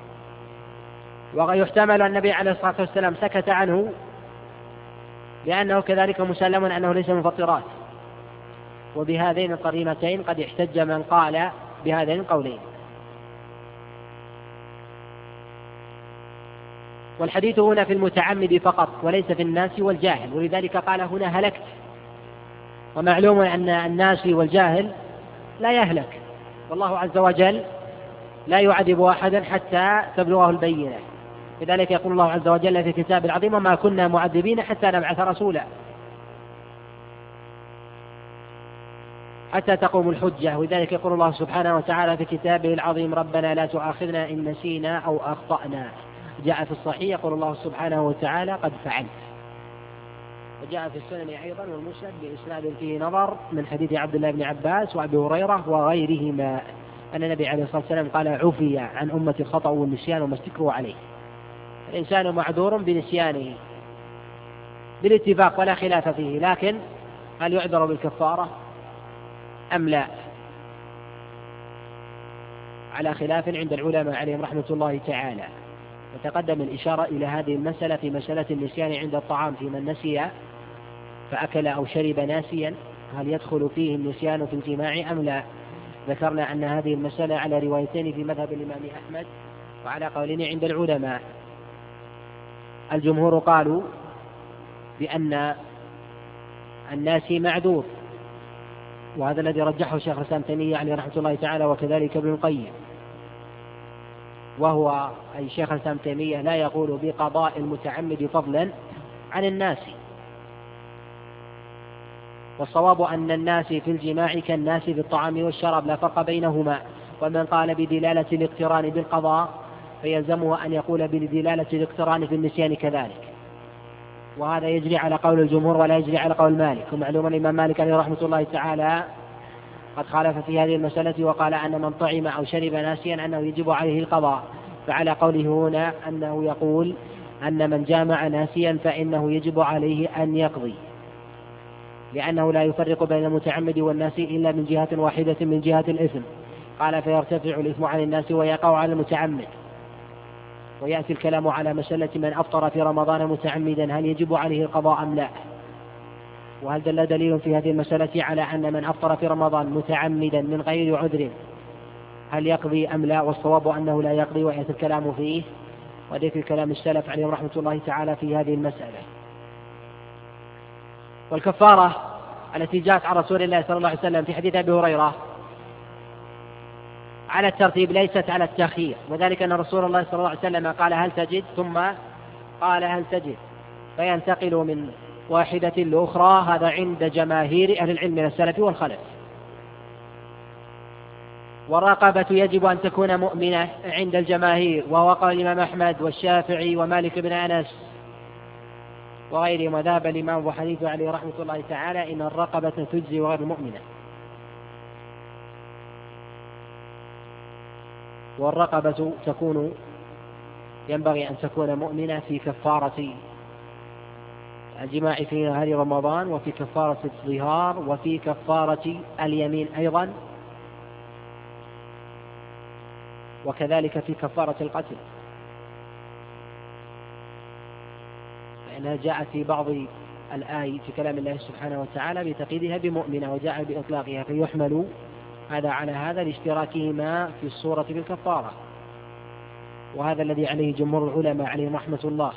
ويحتمل النبي عليه الصلاة والسلام سكت عنه لأنه كذلك مسلم أنه ليس من مفطرات. وبهذين القرينتين قد احتج من قال بهذين القولين. والحديث هنا في المتعمد فقط وليس في الناس والجاهل، ولذلك قال هنا هلكت، ومعلوم أن الناس والجاهل لا يهلك، والله عز وجل لا يعذب أحدا حتى تبلغه البينة. لذلك يقول الله عز وجل في كتاب العظيم وما كنا معذبين حتى نبعث رسولا حتى تقوم الحجة. ولذلك يقول الله سبحانه وتعالى في كتابه العظيم ربنا لا تؤاخذنا إن نسينا أو أخطأنا. جاء في الصحيح يقول الله سبحانه وتعالى قد فعلت. وجاء في السنن أيضا والمسند بإسناد فيه نظر من حديث عبد الله بن عباس وأبي هريرة وغيرهما أن النبي عليه الصلاة والسلام قال عفي عن أمة الخطأ والنسيان وما استكروا عليه. الإنسان معذور بنسيانه بالاتفاق ولا خلاف فيه، لكن هل يعذر بالكفارة أم لا على خلاف عند العلماء عليهم رحمة الله تعالى. وتقدم الإشارة إلى هذه المسألة في مسألة النسيان عند الطعام، في من نسي فأكل أو شرب ناسيا هل يدخل فيه النسيان في الجماع أم لا. ذكرنا أن هذه المسألة على روايتين في مذهب الإمام أحمد وعلى قولين عند العلماء. الجمهور قالوا بأن الناسي معذور، وهذا الذي رجحه شيخ الإسلام تيمية عليه رحمة الله تعالى وكذلك ابن القيم، وهو أي شيخ الإسلام تيمية لا يقول بقضاء المتعمد فضلا عن الناس، والصواب أن الناس في الجماع كالناس في الطعام والشراب لا فرق بينهما. ومن قال بدلالة الاقتران بالقضاء فيلزمه أن يقول بدلالة الاقتران في النسيان كذلك، وهذا يجري على قول الجمهور ولا يجري على قول مالك. ومعلوم الإمام مالك عليه رحمة الله تعالى قد خالف في هذه المسألة وقال أن من طعم أو شرب ناسيا أنه يجب عليه القضاء، فعلى قوله هنا أنه يقول أن من جامع ناسيا فإنه يجب عليه أن يقضي، لأنه لا يفرق بين المتعمد والناسي إلا من جهة واحدة من جهة الإثم. قال فيرتفع الإثم عن الناس ويقع على المتعمد. ويأتي الكلام على مسألة من أفطر في رمضان متعمدا هل يجب عليه القضاء أم لا، وهل دل دليل في هذه المسألة على أن من أفطر في رمضان متعمدا من غير عذر هل يقضي أم لا، والصواب أنه لا يقضي، ويأتي الكلام فيه وذكر كلام السلف عليهم رحمة الله تعالى في هذه المسألة. والكفارة التي جاءت عن رسول الله صلى الله عليه وسلم في حديث أبي هريرة على الترتيب ليست على التأخير، وذلك أن رسول الله صلى الله عليه وسلم قال هل تجد ثم قال هل تجد، فينتقل من واحدة لأخرى. هذا عند جماهير أهل العلم من السلف والخلف. والرقبة يجب أن تكون مؤمنة عند الجماهير، وهو قال الإمام أحمد والشافعي ومالك بن أنس وغيرهم، وذهب الإمام أبو حنيفة عليه رحمة الله تعالى إن الرقبة تجزي وغير مؤمنة. والرقبة تكون ينبغي أن تكون مؤمنة في كفارة الجماع في نهار رمضان، وفي كفارة الظهار، وفي كفارة اليمين أيضا، وكذلك في كفارة القتل، لأنها جاءت في بعض الآي في كلام الله سبحانه وتعالى بتقييدها بمؤمنة، وجاء بإطلاقها، فيحمل هذا على هذا لاشتراكهما في الصورة بالكفارة، وهذا الذي عليه جمهور العلماء عليهم رحمة الله.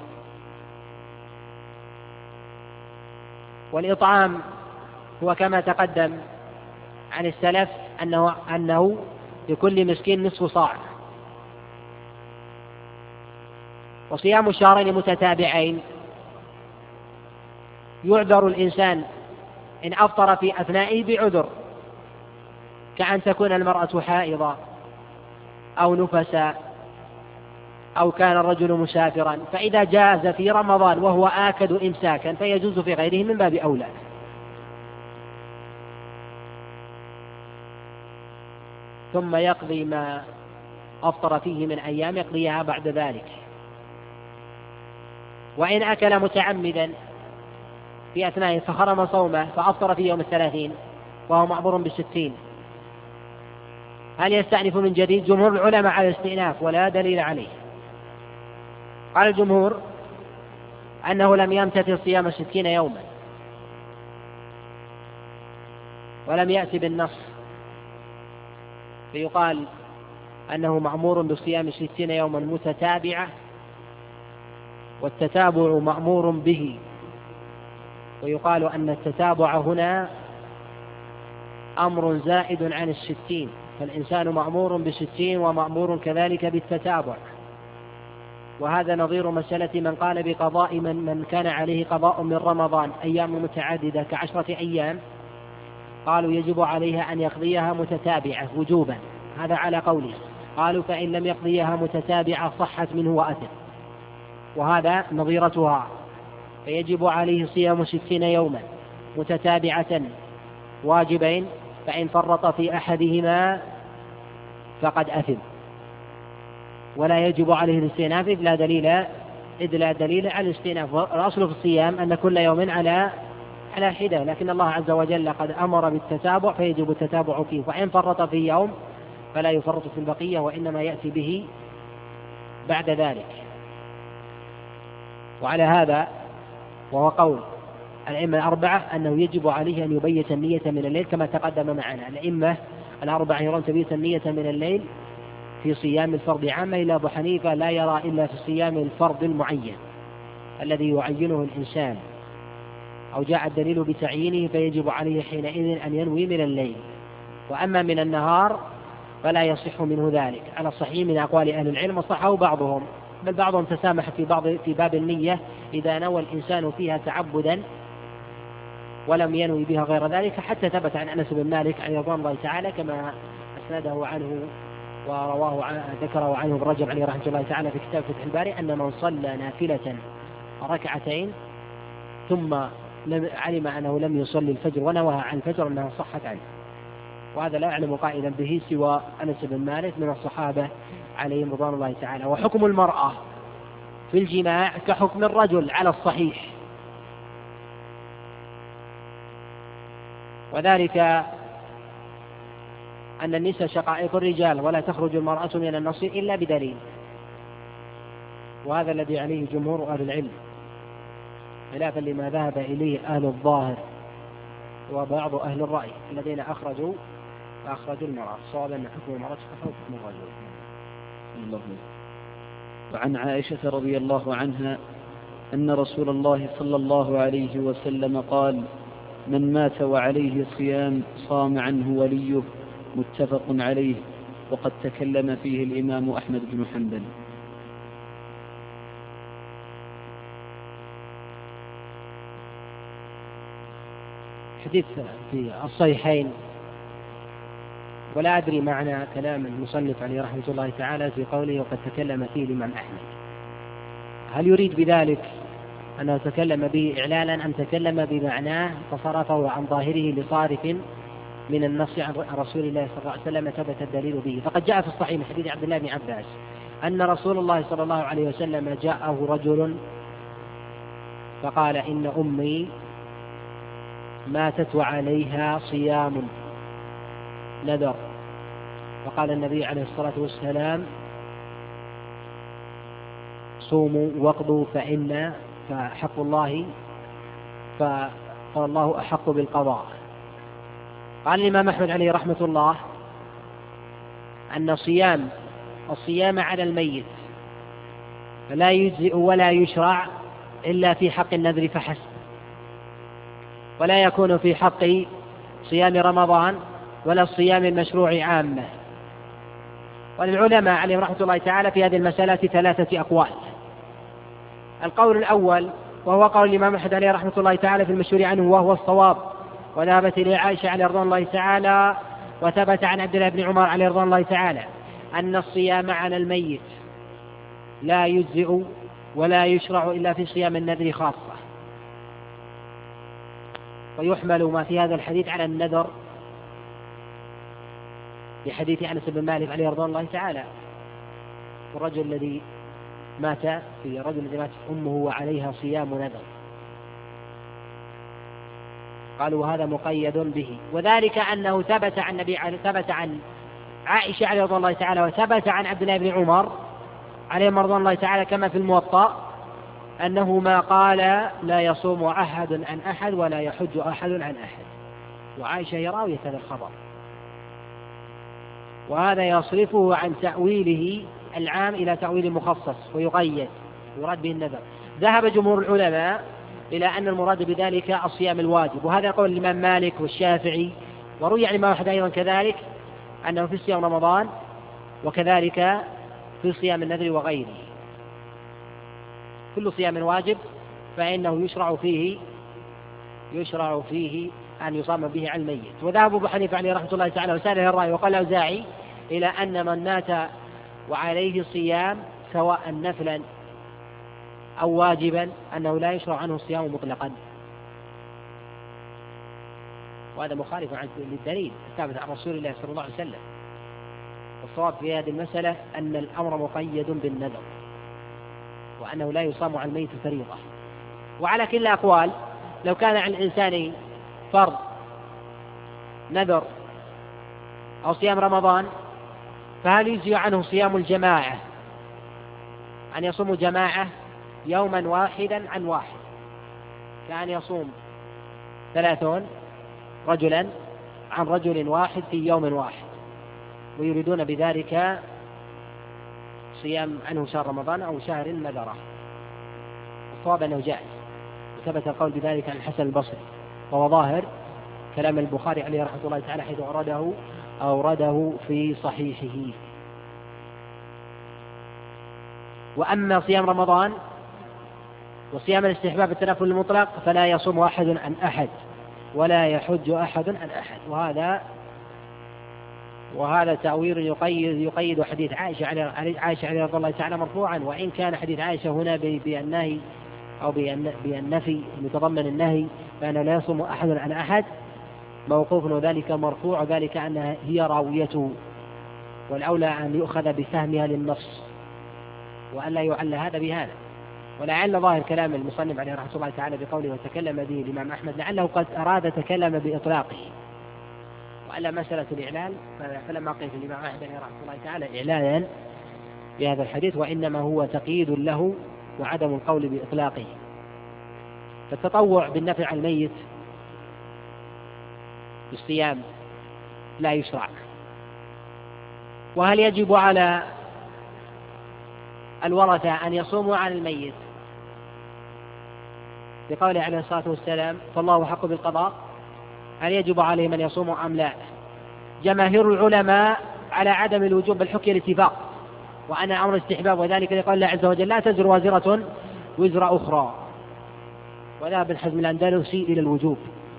والإطعام هو كما تقدم عن السلف أنه, أنه لكل مسكين نصف صاع. وصيام شهرين متتابعين يعذر الإنسان إن أفطر في أثنائه بعذر، كأن تكون المرأة حائضة أو نفسا أو كان الرجل مسافرا، فإذا جاز في رمضان وهو آكد إمساكا فيجوز في غيره من باب أولى. ثم يقضي ما أفطر فيه من أيام يقضيها بعد ذلك. وإن أكل متعمدا في أثنائه فخرم صومه فأفطر في يوم الثلاثين وهو معذور بالستين، هل يستأنف من جديد؟ جمهور العلماء على الاستئناف ولا دليل عليه. قال الجمهور أنه لم يمتثل صيام ستين يوما ولم يأتي بالنص، فيقال أنه مأمور بصيام ستين يوما متتابعة، والتتابع مأمور به، ويقال أن التتابع هنا أمر زائد عن الستين، فالإنسان مأمور بستين ومأمور كذلك بالتتابع. وهذا نظير مسألة من قال بقضاء من, من كان عليه قضاء من رمضان أيام متعددة كعشرة أيام، قالوا يجب عليها أن يقضيها متتابعة وجوبا، هذا على قوله. قالوا فإن لم يقضيها متتابعة صحت منه وأثم، وهذا نظيرتها، فيجب عليه صيام ستين يوما متتابعة واجبين، فإن فرط في أحدهما فقد أثم، ولا يجب عليه الاستئناف إذ لا دليل إذ لا دليل على الاستئناف. والأصل في الصيام أن كل يوم على على حدة، لكن الله عز وجل قد أمر بالتتابع فيجب التتابع فيه، وإن فرط في يوم فلا يفرط في البقية، وإنما يأتي به بعد ذلك. وعلى هذا وهو قول الأئمة الأربعة أنه يجب عليه أن يبيت النية من الليل كما تقدم معنا. الأئمة الأربعة يرون تبيت النية من الليل في صيام الفرض عامة، إلا أبو حنيفة لا يرى إلا في صيام الفرض المعين الذي يعينه الإنسان أو جاء الدليل بتعيينه، فيجب عليه حينئذ أن ينوي من الليل. وأما من النهار فلا يصح منه ذلك على الصحيح من أقوال أهل العلم، وصحه بعضهم، بل بعضهم تسامح في بعض في باب النية إذا نوى الإنسان فيها تعبدا ولم ينوي بها غير ذلك، حتى ثبت عن أنس بن مالك عليه رضوان الله تعالى كما أسنده عنه ورواه عنه ذكره عنه ابن رجب عليه رحمة الله تعالى في كتاب فتح الباري أن من صلى نافلة ركعتين ثم علم أنه لم يصلي الفجر ونوى عن الفجر أنها صحت عنه، وهذا لا يعلم قائلا به سوى أنس بن مالك من الصحابة عليهم رضوان الله تعالى. وحكم المرأة في الجماع كحكم الرجل على الصحيح، وذلك أن النساء شقائق الرجال ولا تخرج المرأة من النصيب إلا بدليل، وهذا الذي عليه جمهور أهل العلم خلافا لما ذهب إليه أهل الظاهر وبعض أهل الرأي الذين أخرجوا فأخرجوا المرأة، صواب أن حكم المرأة كحكم الرجل. وعن عائشة رضي الله عنها أن رسول الله صلى الله عليه وسلم قال: من مات وعليه صيام صام عنه وليه، متفق عليه، وقد تكلم فيه الإمام أحمد بن حنبل. حديث في الصحيحين، ولا أدري معنى كلام المصنف عليه رحمة الله تعالى في قوله وقد تكلم فيه الإمام أحمد، هل يريد بذلك أنه تكلم به إعلانا أم تكلم بمعناه فصرفه عن ظاهره لصارف من النص عن رسول الله صلى الله عليه وسلم ثبت الدليل به؟ فقد جاء في الصحيح من حديث عبد الله بن عباس أن رسول الله صلى الله عليه وسلم جاءه رجل فقال: إن أمي ماتت وعليها صيام نذر، فقال النبي عليه الصلاة والسلام: صوموا واقضوا فإن فحق الله فالله أحق بالقضاء. قال الإمام أحمد عليه رحمة الله أن صيام الصيام على الميت فلا يجزئ ولا يشرع إلا في حق النذر فحسب، ولا يكون في حق صيام رمضان ولا الصيام المشروع عامة. وللعلماء عليهم رحمة الله تعالى في هذه المسألة ثلاثة أقوال. القول الأول وهو قول الإمام أحمد عليه رحمة الله تعالى في المشهور عنه وهو الصواب، وذهبت إليه عائشة عليه رضوان الله تعالى، وثبت عن عبد الله بن عمر عليه رضوان الله تعالى أن الصيام على الميت لا يجزئ ولا يشرع إلا في صيام النذر خاصة، ويحمل ما في هذا الحديث على النذر لحديث أنس بن مالك عليه رضوان الله تعالى، الرجل الذي مات في رجل الذي ماتت أمه وعليها صيام نذر، قالوا هذا مقيد به، وذلك أنه ثبت عن النبي ثبت عن عائشة عليه رضوان الله تعالى وثبت عن عبد الله بن عمر عليه رضوان الله تعالى كما في الموطأ أنه ما قال لا يصوم أحد عن أحد ولا يحج أحد عن أحد، وعائشة هي راوية هذا الخبر، وهذا يصرفه عن تأويله العام إلى تأويل مخصص ويقيد يراد به النذر. ذهب جمهور العلماء إلى أن المراد بذلك الصيام الواجب، وهذا قول الإمام مالك والشافعي، وروي عن الإمام أحمد أيضا كذلك أنه في صيام رمضان وكذلك في صيام النذر وغيره، كل صيام واجب فإنه يشرع فيه يشرع فيه أن يصام به عن الميت. وذهب أبو حنيفة عليه رحمة الله تعالى وسائله الرأي وقال الأوزاعي إلى أن من مات وعليه صيام سواء نفلا أو واجبا أنه لا يشرع عنه الصيام مطلقا، وهذا مخالف للدليل الثابت عن رسول الله صلى الله عليه وسلم. والصواب في هذه المسألة أن الأمر مقيد بالنذر، وأنه لا يصام عن الميت فريضة. وعلى كل الأقوال لو كان عن الإنسان فرض نذر أو صيام رمضان فهل يجزي عنه صيام الجماعة، أن يصوم جماعة يوما واحدا عن واحد، كأن يصوم ثلاثون رجلا عن رجل واحد في يوم واحد، ويريدون بذلك صيام عنه شهر رمضان أو شهر نذره؟ الصواب أنه جائز، وثبت القول بذلك عن الحسن البصري، وهو ظاهر كلام البخاري عليه رحمة الله تعالى حيث أورده أورده في صحيحه. وأما صيام رمضان وصيام الاستحباب التنفل المطلق فلا يصوم أحد عن أحد، ولا يحج أحد عن أحد. وهذا وهذا تأويل يقيد يقيد حديث عائشة عائشة عليه رضي الله تعالى مرفوعا، وإن كان حديث عائشة هنا بالنهي أو بالنفي المتضمن النهي، فأنه لا يصوم أحد عن أحد موقوف، وذلك مرفوع، وذلك أنها هي راويته، والأولى أن يؤخذ بفهمها للنص وأن لا يعل هذا بهذا. ولعل ظاهر كلام المصنف عليه رحمه الله تعالى بقوله وتكلم به الإمام أحمد لعله قد أراد تكلم بإطلاقه، وألا مسألة الإعلان فلما قيل الإمام أحمد عليه رحمه الله تعالى إعلانا بهذا الحديث، وإنما هو تقييد له وعدم القول بإطلاقه. فالتطوع بالنفع على الميت بالصيام لا يشرع. وهل يجب على الورثة أن يصوموا على الميت بقوله عليه الصلاة والسلام فالله حق بالقضاء؟ هل يجب عليهم أن يصوموا أم لا؟ جماهير العلماء على عدم الوجوب بل حكي الاتفاق، وأنا أمر استحباب، وذلك لقول الله عز وجل لا تزر وازرة وزر أخرى، وذهب ابن حزم الأندلسي إلى الوجوب،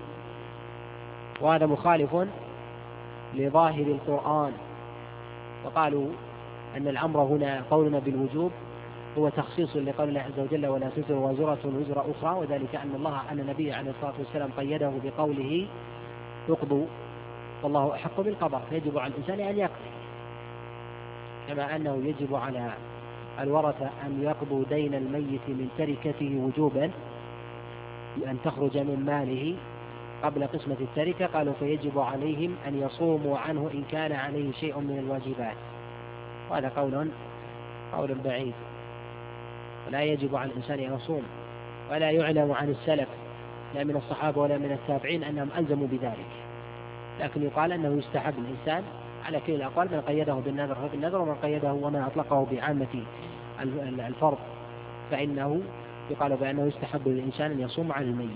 وهذا مخالف لظاهر القرآن. وقالوا أن الأمر هنا قولنا بالوجوب هو تخصيص لقول الله عز وجل ولا تزر وازرة وزر أخرى، وذلك أن الله أن النبي عليه الصلاة والسلام قيده بقوله يقضوا والله أحق بالقضاء، فيجب على الإنسان أن يقضي، كما أنه يجب على الورثة أن يقضوا دين الميت من تركته وجوبا بأن تخرج من ماله قبل قسمة التركة. قالوا فيجب عليهم أن يصوموا عنه إن كان عليه شيء من الواجبات، وهذا قول قول بعيد، ولا يجب على الإنسان أن يصوم، ولا يعلم عن السلف لا من الصحابة ولا من التابعين أنهم ألزموا بذلك، لكن يقال أنه يستحب الإنسان على كل الأقوال، من قيده بالنذر فبالنذر، ومن قيده ومن أطلقه بعامة الفرض فإنه يقال بأنه يستحب للإنسان أن يصوم عن الميت.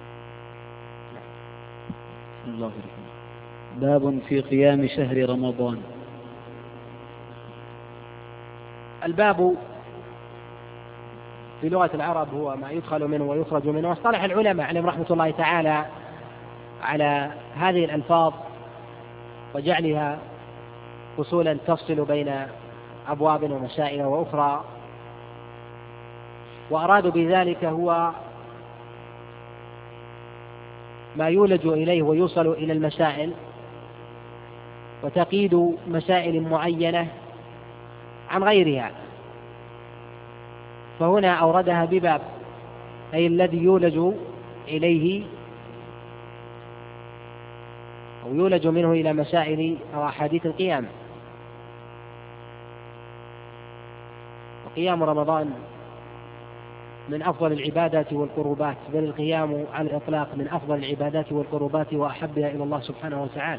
بسم الله الرحمن الرحيم. باب في قيام شهر رمضان. الباب في لغة العرب هو ما يدخل منه ويخرج منه، واصطلح العلماء عليهم رحمة الله تعالى على هذه الألفاظ وجعلها فصولا تفصل بين أبواب ومسائل وأخرى، وأرادوا بذلك هو ما يولج إليه ويوصل إلى المسائل، وتقييد مسائل معينة عن غيرها، فهنا أوردها بباب أي الذي يولج إليه أو يولج منه إلى مسائل أو أحاديث القيام. وقيام رمضان من أفضل العبادات والقربات، بل القيام على الإطلاق من أفضل العبادات والقربات وأحبها إلى الله سبحانه وتعالى،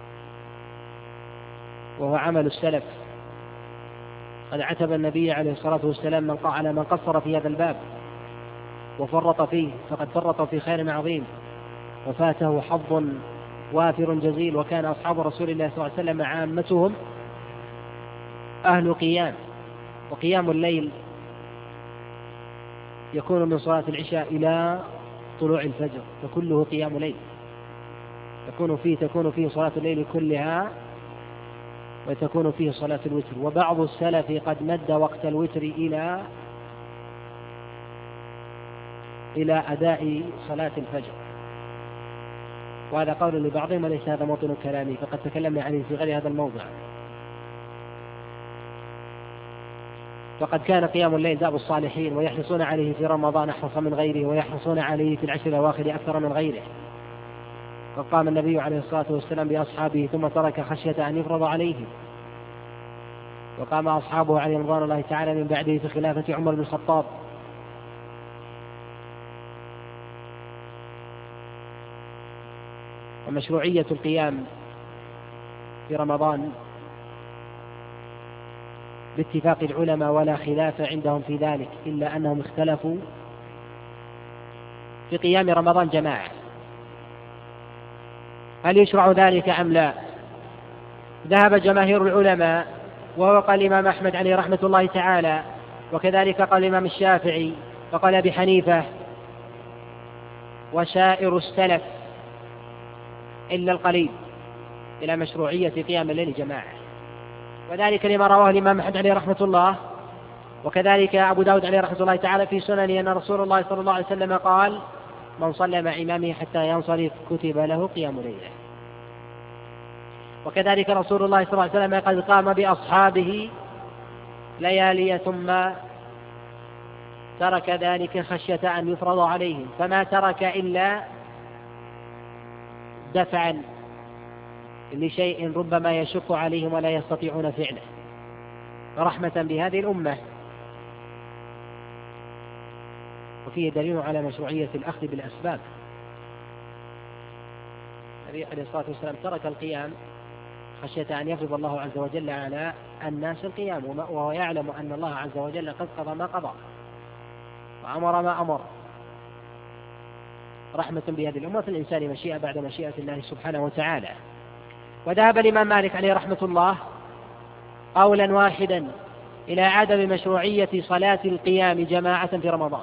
وهو عمل السلف. قد عتب النبي عليه الصلاة والسلام من على من قصر في هذا الباب وفرط فيه، فقد فرط في خير عظيم وفاته حظ وافر جزيل. وكان أصحاب رسول الله صلى الله عليه وسلم عامتهم أهل قيام، وقيام الليل يكون من صلاة العشاء إلى طلوع الفجر، فكله قيام ليل تكون فيه تكون فيه صلاة الليل كلها، وتكون فيه صلاة الوتر. وبعض السلف قد مد وقت الوتر إلى إلى أداء صلاة الفجر، وهذا قول لبعضهم وليس هذا موطن كلامي، فقد تكلمنا عليه في غير هذا الموضع. فقد كان قيام الليل داب الصالحين، ويحرصون عليه في رمضان أحرص من غيره، ويحرصون عليه في العشر الأواخر أكثر من غيره. قد قام النبي عليه الصلاة والسلام بأصحابه ثم ترك خشية أن يفرض عليهم، وقام أصحابه عليه رضوان الله تعالى من بعده في خلافة عمر بن الخطاب. ومشروعية القيام في رمضان باتفاق العلماء ولا خلاف عندهم في ذلك، إلا أنهم اختلفوا في قيام رمضان جماعة، هل يشرع ذلك أم لا؟ ذهب جماهير العلماء، وهو قال الإمام أحمد عليه رحمة الله تعالى، وكذلك قال الإمام الشافعي، وقال أبي حنيفة وسائر السلف إلا القليل إلى مشروعية قيام الليل جماعة، وذلك لما رواه الإمام أحمد عليه رحمة الله، وكذلك أبو داود عليه رحمة الله تعالى في سننه أن رسول الله صلى الله عليه وسلم قال: من صلى مع إمامه حتى ينصرف كتب له قيام ليلة. وكذلك رسول الله صلى الله عليه وسلم قد قام بأصحابه ليالي ثم ترك ذلك خشية أن يفرض عليهم، فما ترك إلا دفعا لشيء ربما يشق عليهم ولا يستطيعون فعله، رحمة بهذه الأمة. وفيه دليل على مشروعية الأخذ بالأسباب. النبي عليه الصلاة والسلام ترك القيام خشية أن يفرض الله عز وجل على الناس القيام، وهو يعلم أن الله عز وجل قد قضى ما قضى وأمر ما أمر، رحمة بهذه الأمة. الإنسان مشيئة بعد مشيئة الله سبحانه وتعالى. وذهب الإمام مالك عليه رحمة الله قولا واحدا إلى عدم مشروعية صلاة القيام جماعة في رمضان،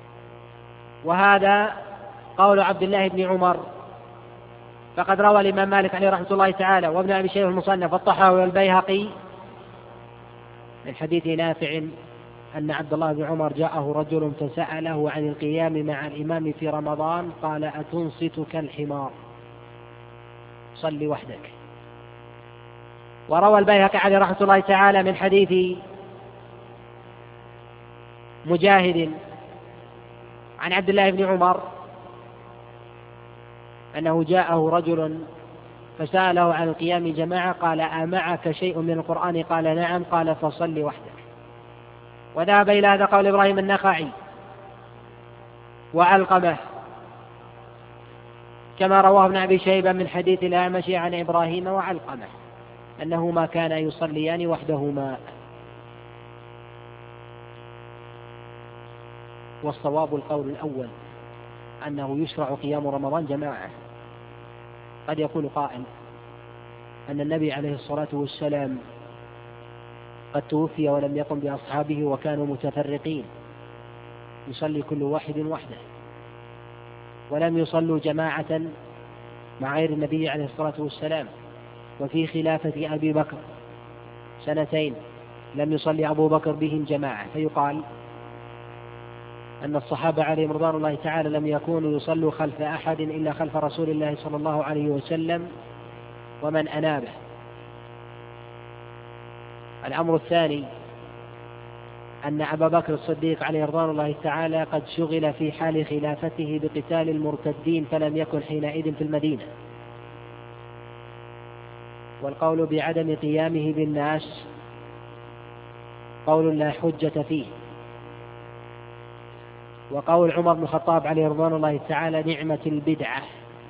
وهذا قول عبد الله بن عمر. فقد روى الإمام مالك عليه رحمة الله تعالى وابن أبي شيبة المصنف والطحاوي والبيهقي من حديث نافع أن عبد الله بن عمر جاءه رجل فسأله عن القيام مع الإمام في رمضان قال: أتنصت كالحمار، صل وحدك. وروى البيهقي عليه رحمة الله تعالى من حديث مجاهد عن عبد الله بن عمر أنه جاءه رجل فسأله عن القيام جماعة قال: أمعك شيء من القرآن؟ قال: نعم. قال: فصل وحدك. وذهب إلى هذا قول إبراهيم النخعي وعلقمة كما رواه ابن أبي شيبة من حديث الأعمش عن إبراهيم وعلقمة أنهما كانا يصليان وحدهما. والصواب القول الأول أنه يشرع قيام رمضان جماعة. قد يقول قائل أن النبي عليه الصلاة والسلام قد توفي ولم يقم بأصحابه وكانوا متفرقين، يصلي كل واحد وحده، ولم يصلوا جماعة مع غير النبي عليه الصلاة والسلام. وفي خلافة أبي بكر سنتين لم يصلي أبو بكر بهم جماعة، فيقال أن الصحابة عليهم رضوان الله تعالى لم يكونوا يصلوا خلف أحد إلا خلف رسول الله صلى الله عليه وسلم ومن أنابه. الأمر الثاني أن أبا بكر الصديق عليه رضوان الله تعالى قد شغل في حال خلافته بقتال المرتدين فلم يكن حينئذ في المدينة. والقول بعدم قيامه بالناس قول لا حجة فيه. وقول عمر بن الخطاب عليه رضوان الله تعالى: نعمة البدعة،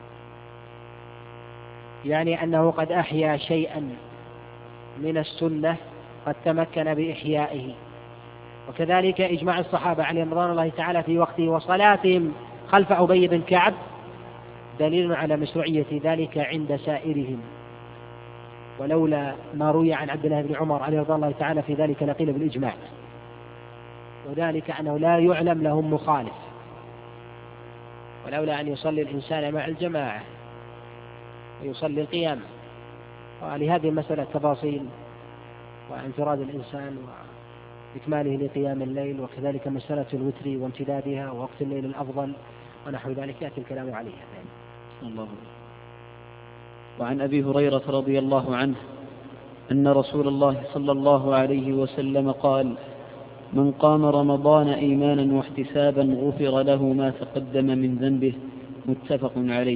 يعني أنه قد أحيا شيئا من السنة قد تمكن بإحيائه. وكذلك إجماع الصحابة عليهم رضوان الله تعالى في وقته وصلاتهم خلف أبي بن كعب دليل على مشروعية ذلك عند سائرهم، ولولا ما روي عن عبد الله بن عمر عليه رضوان الله تعالى في ذلك لقيل بالإجماع، وذلك أنه لا يعلم لهم مخالف، ولولا أن يصلي الإنسان مع الجماعة ويصلي القيام. ولهذه المسألة تفاصيل وانفراد الإنسان وإكماله لقيام الليل، وكذلك مسألة الوتر وامتدادها ووقت الليل الأفضل ونحو ذلك يأتي الكلام عليها. الله. وعن أبي هريرة رضي الله عنه أن رسول الله صلى الله عليه وسلم قال: من قام رمضان إيمانا واحتسابا غفر له ما تقدم من ذنبه، متفق عليه.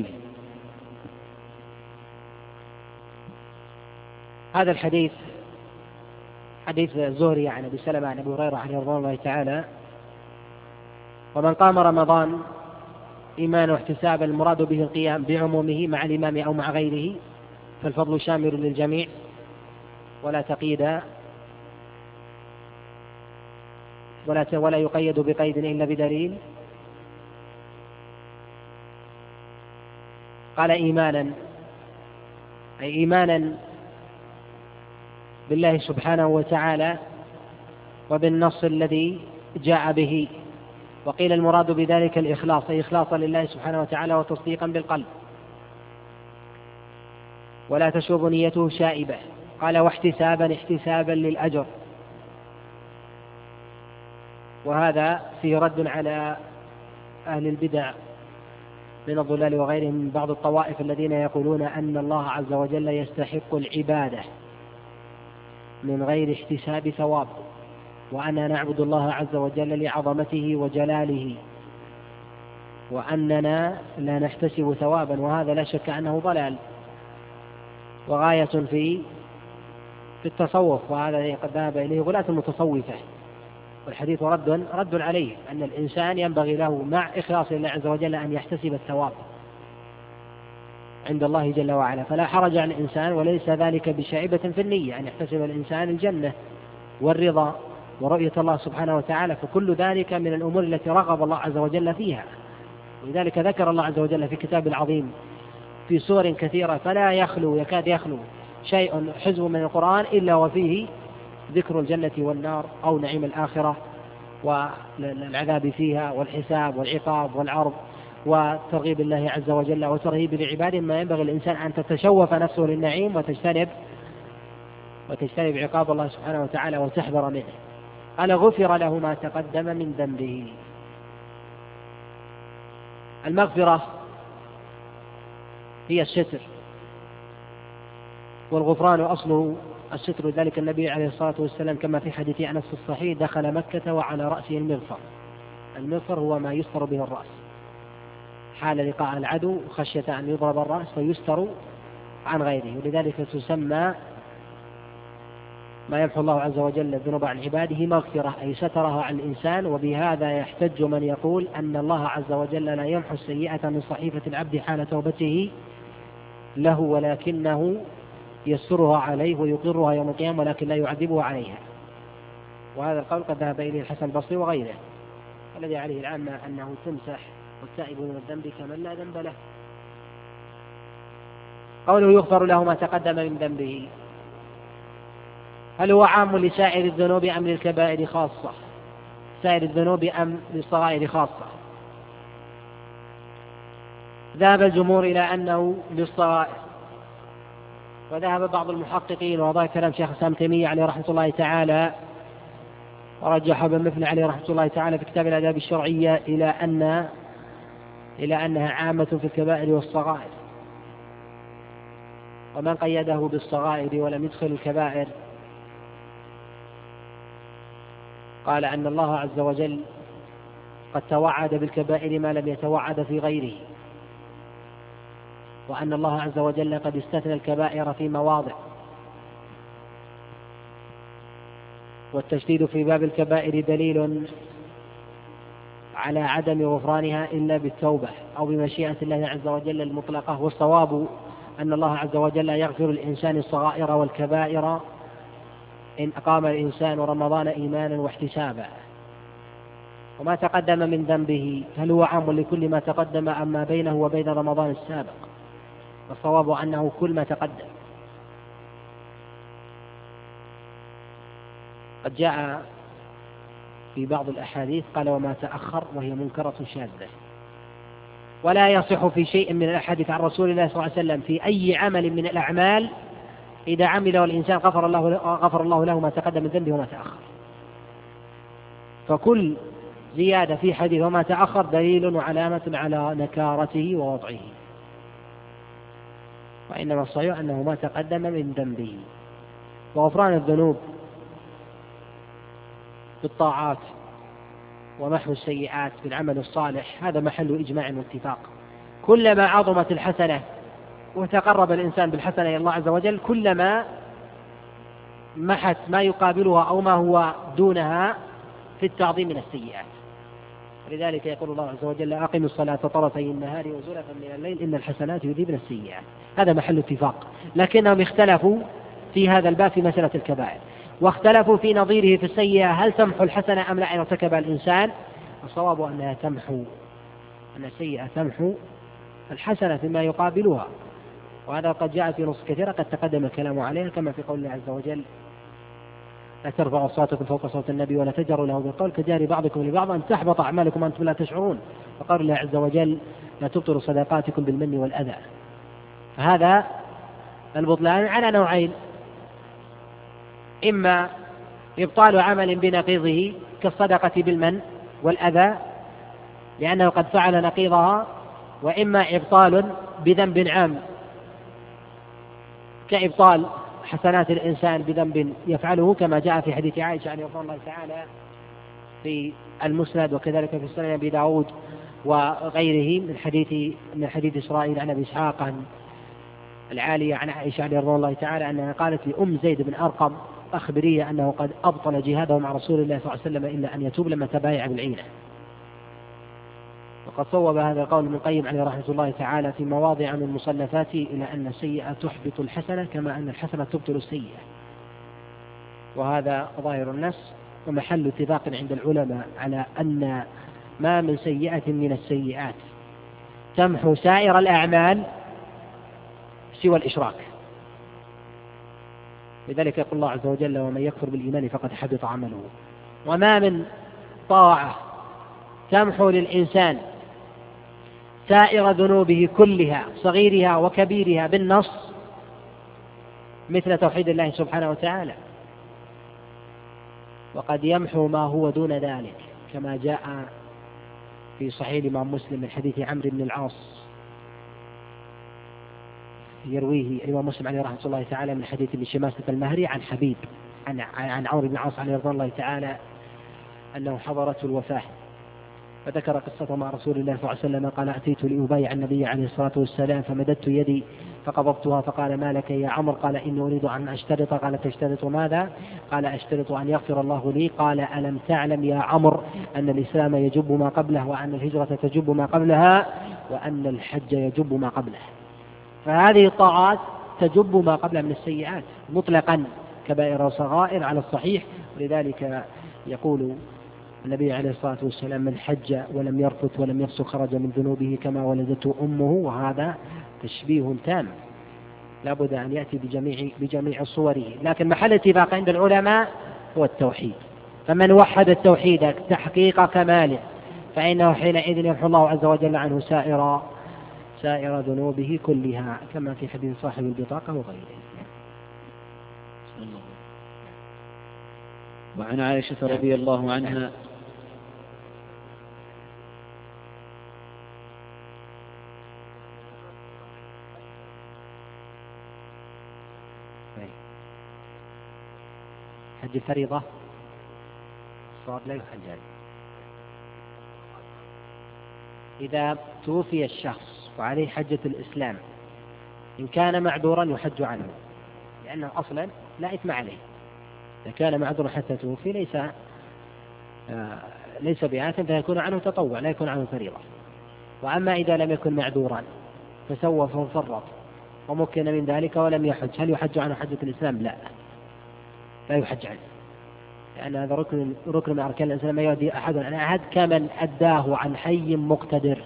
هذا الحديث حديث الزهري عن أبي سلمة عن أبي هريرة عليه رضوان الله تعالى: ومن قام رمضان إيمانا واحتسابا، المراد به القيام بعمومه مع الإمام أو مع غيره، فالفضل شامل للجميع ولا تقييد ولا ولا يقيد بقيد إلا بدليل. قال إيمانا أي إيمانا بالله سبحانه وتعالى وبالنص الذي جاء به. وقيل المراد بذلك الإخلاص، أي إخلاصا لله سبحانه وتعالى وتصديقا بالقلب. ولا تشوب نيته شائبة. قال واحتسابا احتسابا للأجر، وهذا فيه رد على أهل البدع من الضلال وغيرهم من بعض الطوائف الذين يقولون أن الله عز وجل يستحق العبادة من غير احتساب ثواب، وأننا نعبد الله عز وجل لعظمته وجلاله، وأننا لا نحتسب ثوابا، وهذا لا شك أنه ضلال وغاية في في التصوف، وهذا قد ذهب إليه غلاة المتصوفة، والحديث رد رد عليه أن الإنسان ينبغي له مع إخلاص الله عز وجل أن يحتسب الثواب عند الله جل وعلا، فلا حرج على الإنسان، وليس ذلك بشائبة في النية أن يحتسب الإنسان الجنة والرضا ورؤية الله سبحانه وتعالى، فكل ذلك من الأمور التي رغب الله عز وجل فيها. ولذلك ذكر الله عز وجل في كتاب العظيم في سور كثيرة، فلا يخلو يكاد يخلو شيء حزب من القرآن إلا وفيه ذكر الجنة والنار أو نعيم الآخرة والعذاب فيها والحساب والعقاب والعرض وترغيب الله عز وجل وترهيب لعباده، ما ينبغي الإنسان أن تتشوف نفسه للنعيم وتجتنب وتجتنب عقاب الله سبحانه وتعالى وتحذر منه. قال غفر له ما تقدم من ذنبه. المغفرة هي الستر، والغفران أصله الستر، ذلك النبي عليه الصلاة والسلام كما في حديث أنس في الصحيح دخل مكة وعلى رأسه المغفر. المغفر هو ما يستر به الرأس حال لقاء العدو خشية أن يضرب الرأس فيستر عن غيره، ولذلك تسمى ما يمحو الله عز وجل الذنوب عن عباده مغفرة، أي سترها عن الإنسان. وبهذا يحتج من يقول أن الله عز وجل لا يمحو السيئة من صحيفة العبد حال توبته له، ولكنه يسترها عليه ويقرها يوم القيامة ولكن لا يعذبه عليها. وهذا القول قد ذهب إليه الحسن البصري وغيره، الذي عليه العامة أنه تمسح والتائب من الذنب كمن لا ذنب له. قوله يغفر له ما تقدم من ذنبه، هل هو عام لسائر الذنوب أم للكبائر خاصة؟ سائر الذنوب أم للصغائر خاصة؟ ذهب الجمهور إلى أنه للصغائر، وذهب بعض المحققين وهذا كلام شيخ الإسلام ابن تيمية عليه رحمة الله تعالى ورجح ابن مفلح عليه رحمة الله تعالى في كتاب الآداب الشرعية إلى أن إلى أنها عامة في الكبائر والصغائر، ومن قيده بالصغائر ولم يدخل الكبائر قال أن الله عز وجل قد توعد بالكبائر ما لم يتوعد في غيره، وأن الله عز وجل قد استثنى الكبائر في مواضع، والتشديد في باب الكبائر دليل على عدم غفرانها إلا بالتوبة أو بمشيئة الله عز وجل المطلقة. والصواب أن الله عز وجل يغفر الإنسان الصغائر والكبائر إن أقام الإنسان رمضان إيمانا واحتسابا. وما تقدم من ذنبه هل هو عام لكل ما تقدم أم ما بينه وبين رمضان السابق؟ والصواب أنه كل ما تقدم. قد جاء في بعض الأحاديث قال وما تأخر، وهي منكرة شاذة، ولا يصح في شيء من الأحاديث عن رسول الله صلى الله عليه وسلم في أي عمل من الأعمال إذا عمله الإنسان غفر الله غفر الله له ما تقدم من ذنبه وما تأخر. فكل زيادة في حديث وما تأخر دليل وعلامة على نكارته ووضعه، وإنما الصحيح أنه ما تقدم من ذنبه. وغفران الذنوب بالطاعات ومحو السيئات بالعمل الصالح هذا محل إجماع واتفاق. كلما عظمت الحسنة وتقرب الإنسان بالحسنة إلى الله عز وجل كلما محت ما يقابلها أو ما هو دونها في التعظيم من السيئات. لذلك يقول الله عز وجل أقم الصلاة طرفي النهار وزلفا من الليل إن الحسنات يذهبن السيئات. هذا محل اتفاق، لكنهم اختلفوا في هذا الباب في مسألة الكبائر، واختلفوا في نظيره في السيئة هل تمحو الحسنة أم لا إن ارتكب الإنسان. الصواب أنها تمحو، أن السيئة تمحو الحسنة فيما يقابلها، وهذا قد جاء في نص كثيرة قد تقدم الكلام عليها كما في قول الله عز وجل لا ترفعوا أصواتكم فوق صوت النبي ولا تجهروا له بالقول كجهر بعضكم لبعض أن تحبط أعمالكم وأنتم لا تشعرون، وقال الله عز وجل لا تبطلوا صدقاتكم بالمن والأذى. فهذا البطلان على نوعين: إما إبطال عمل بنقيضه كالصدقة بالمن والأذى لأنه قد فعل نقيضها، وإما إبطال بذنب عام كإبطال حسنات الإنسان بذنب يفعله، كما جاء في حديث عائشة رضي الله تعالى في المسند، وكذلك في سنن أبي داود وغيره من حديث من حديث إسرائيل عن أبي إسحاق عن العالية عن عائشة رضي الله تعالى أنها قالت لأم زيد بن أرقم: أخبريه أنه قد أبطل جهاده مع رسول الله صلى الله عليه وسلم إلا أن يتوب لما تبايع بالعينة. وقد صوب هذا القول ابن القيم عليه رحمة الله تعالى في مواضع من مصنفاته إلى أن السيئة تحبط الحسنة كما أن الحسنة تبطل السيئة، وهذا ظاهر النص ومحل اتفاق عند العلماء على أن ما من سيئة من السيئات تمحو سائر الأعمال سوى الإشراك. لذلك يقول الله عز وجل: ومن يكفر بالإيمان فقد حبط عمله. وما من طاعة تمحو للإنسان سائر ذنوبه كلها صغيرها وكبيرها بالنص مثل توحيد الله سبحانه وتعالى، وقد يمحو ما هو دون ذلك كما جاء في صحيح الإمام مسلم من حديث عمرو بن العاص يرويه الإمام مسلم عليه رحمة الله تعالى من حديث ابن شماسة المهري عن حبيب عن عن عمرو بن العاص عليه رضي الله تعالى أنه حضرته الوفاة، فذكر قصته مع رسول الله صلى الله عليه وسلم قال: أتيت لأبايع النبي عليه الصلاة والسلام فمددت يدي فقبضتها فقال: ما لك يا عمرو؟ قال: إني أريد أن أشترط. قال: تشترط ماذا؟ قال: أشترط أن يغفر الله لي. قال: ألم تعلم يا عمرو أن الإسلام يجب ما قبله، وأن الهجرة تجب ما قبلها، وأن الحج يجب ما قبله؟ فهذه الطاعات تجب ما قبلها من السيئات مطلقا كبائر وصغائر على الصحيح. ولذلك يقول النبي عليه الصلاة والسلام: من حج ولم يرفث ولم يفسق خرج من ذنوبه كما ولدته أمه. وهذا تشبيه تام لا بد أن يأتي بجميع, بجميع صوره، لكن محل اتفاق عند العلماء هو التوحيد. فمن وحد التوحيد تحقيق كماله فإنه حينئذ يمحو الله عز وجل عنه سائر سائر ذنوبه كلها، كما في حديث صاحب البطاقة وغيره. وعن عائشة رضي الله عنها حج الفريضة الصواب لا يحج عنه. إذا توفي الشخص وعليه حجة الإسلام إن كان معذورا يحج عنه، لأنه أصلا لا إثم عليه. إذا كان معذورا حتى توفي ليس آه ليس بآثم، فيكون عنه تطوع لا يكون عنه فريضة. وأما إذا لم يكن معذورا فسوى فانفرط ومكن من ذلك ولم يحج، هل يحج عنه حجة الإسلام؟ لا لا يحج عنه، لأن هذا ركن ركن من أركان الإسلام ما يؤدي أحد عن أحد كمن أداه عن حي مقتدر،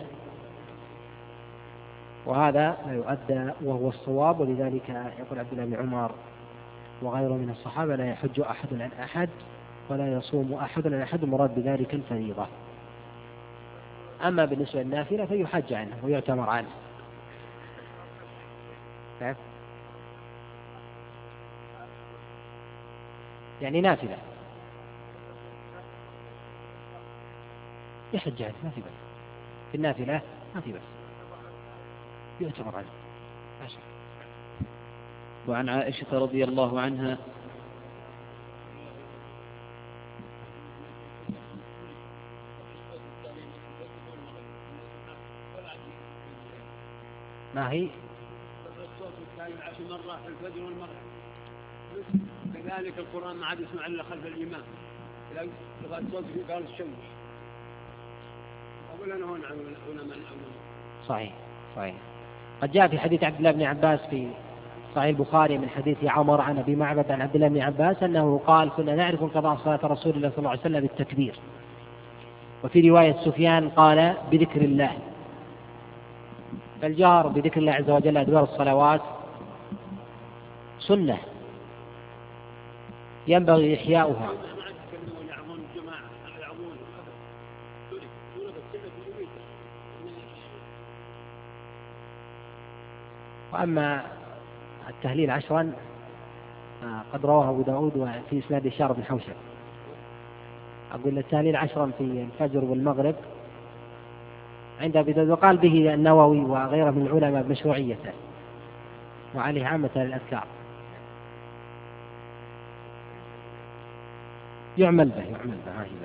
وهذا لا يؤدى وهو الصواب. ولذلك يقول عبد الله بن عمر وغيره من الصحابة: لا يحج أحد عن أحد ولا يصوم أحد عن أحد، مراد بذلك الفريضة. أما بالنسبة للنافلة فيحج عنه ويعتمر عنه. يعني نافلة يحج عنه ما في بس، في النافلة ما في بس يعتمر عنه. وعن عائشة رضي الله عنها ما هي الصوت الثاني عشر مرة في الفجر والمغرب، كذلك القرآن ما عاد يسمع إلا خلف الإمام، إذا بغى الصوت قال الشمس. أقول أنا هون علماء الأول. صحيح صحيح. قد جاء في حديث عبد الله بن عباس في صحيح البخاري من حديث عمر عن أبي معبد عن عبد الله بن عباس أنه قال: كنا نعرف قضاء صلاة رسول الله صلى الله عليه وسلم بالتكبير. وفي رواية سفيان قال: بذكر الله. فالجهر بذكر الله عز وجل أدبار الصلوات سنة ينبغي إحياؤها. وأما التهليل عشرا قد رواه أبو داود وفي إسناد إشارة بن حوشب. أقول التهليل عشرا في الفجر والمغرب عند أبي داود، وقال به النووي وغيره من العلماء بمشروعيته، وعليه عامة الأذكار. يعمل به يعمل به هكذا.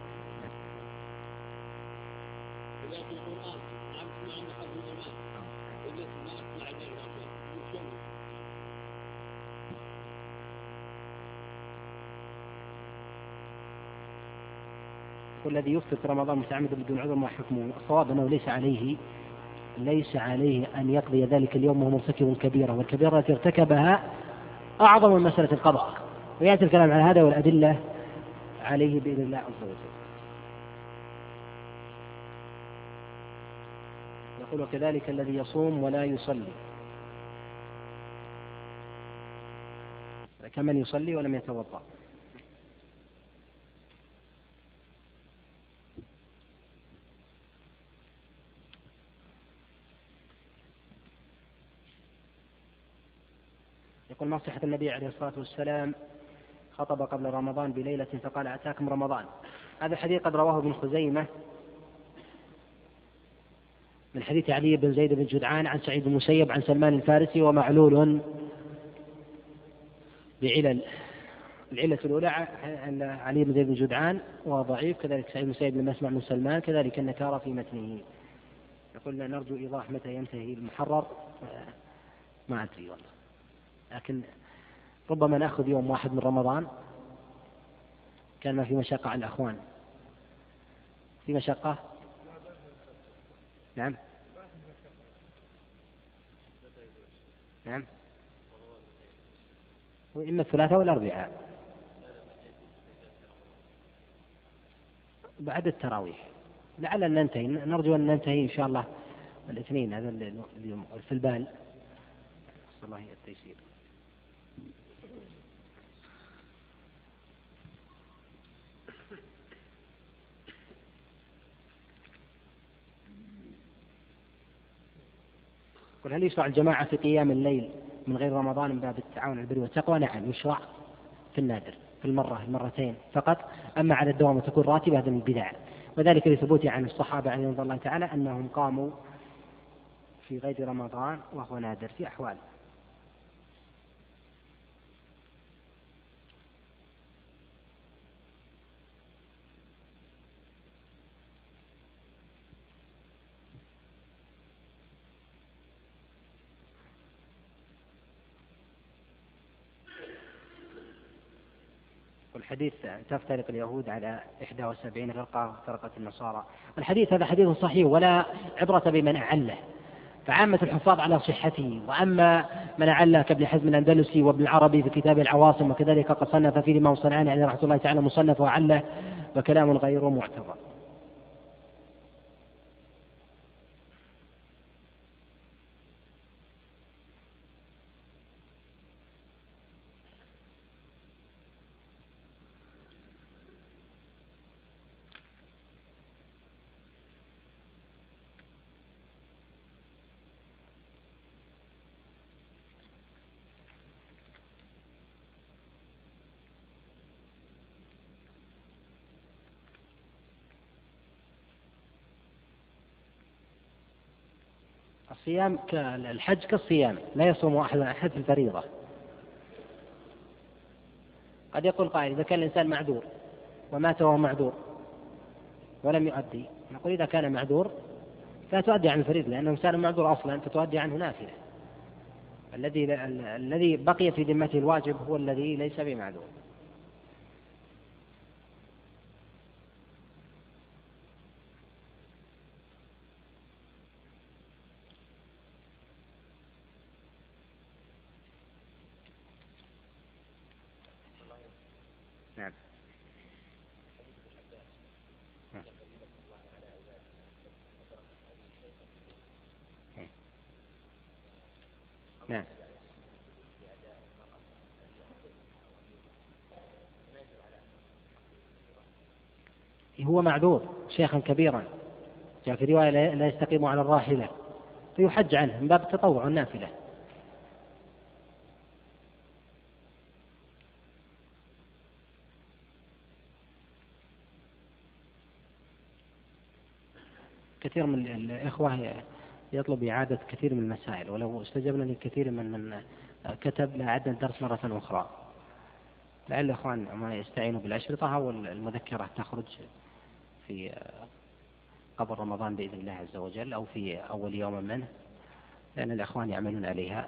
والذي يفطر في رمضان متعمدا بدون عذر ما حكمه؟ الصواب أنه ليس عليه ليس عليه أن يقضي ذلك اليوم وهو مرتكب كبيرة، والكبيرة التي ارتكبها أعظم من مسألة القضاء، ويأتي الكلام على هذا والأدلة عليه بإذن الله عز وجل. يقول وكذلك الذي يصوم ولا يصلي كمن يصلي ولم يتوضأ. يقول ما صحة النبي عليه الصلاة والسلام خطب قبل رمضان بليلة فقال أتاكم رمضان؟ هذا الحديث قد رواه ابن خزيمة من حديث علي بن زيد بن جدعان عن سعيد بن المسيب عن سلمان الفارسي، ومعلول بعلل. العلة الأولى علي بن زيد بن جدعان وضعيف، كذلك سعيد بن المسيب لم يسمع من سلمان، كذلك النكارة في متنه. يقول نرجو إيضاح متى ينتهي المحرر، ما أدري والله، لكن ربما نأخذ يوم واحد من رمضان، كان ما في مشقة على الأخوان. في مشقة؟ نعم نعم وإما الثلاثاء والأربعاء بعد التراويح، لعل أن ننتهي، نرجو أن ننتهي إن شاء الله الاثنين، هذا اليوم في البال. نسأل الله التيسير. قل هل يشرع الجماعة في قيام الليل من غير رمضان من باب التعاون على البر والتقوى؟ نعم يشرع في النادر، في المرة المرتين فقط، أما على الدوام وتكون راتبة هذا من البدع، وذلك لثبوت عن الصحابة عليهم رضي الله تعالى أنهم قاموا في غير رمضان وهو نادر في أحوال. والحديث تفترق اليهود على إحدى وسبعين فرقة وافترقت النصارى. الحديث هذا حديث صحيح ولا عبرة بمن أعله، فعامة الحفاظ على صحته، وأما من أعله كابن حزم الأندلسي وابن العربي في كتاب العواصم، وكذلك قد صنف فيه الإمام الصنعاني عليه رحمة الله تعالى مصنف وعله، وكلام غير معتبر. الصيام كالحج كالصيام، لا يصوم أحد أحد في الفريضة. قد يقول قائل إذا كان الإنسان معذور ومات وهو معذور ولم يؤدي، نقول إذا كان معذور لا تؤدي عن الفريضة، لأنه إنسان معذور أصلا فتؤدي عنه نافلة. الذي الذي بقي في ذمته الواجب هو الذي ليس بمعذور. نعم نعم هو معذور شيخا كبيرا، جاء في رواية لا يستقيم على الراحلة، فيحج عنه من باب التطوع والنافلة. كثير من الإخوة يطلب إعادة كثير من المسائل، ولو استجبنا لكثير من من كتب لأعدنا الدرس مرة أخرى. لعل الإخوان ما يستعينوا بالأشرطة أو المذكرة تخرج في قبل رمضان بإذن الله عز وجل أو في أول يوم منه، لأن الإخوان يعملون عليها.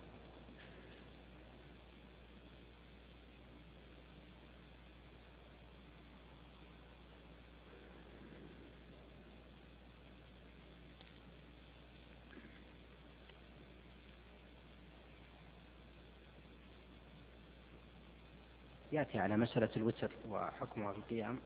يأتي على مسألة الوتر وحكمها في القيام.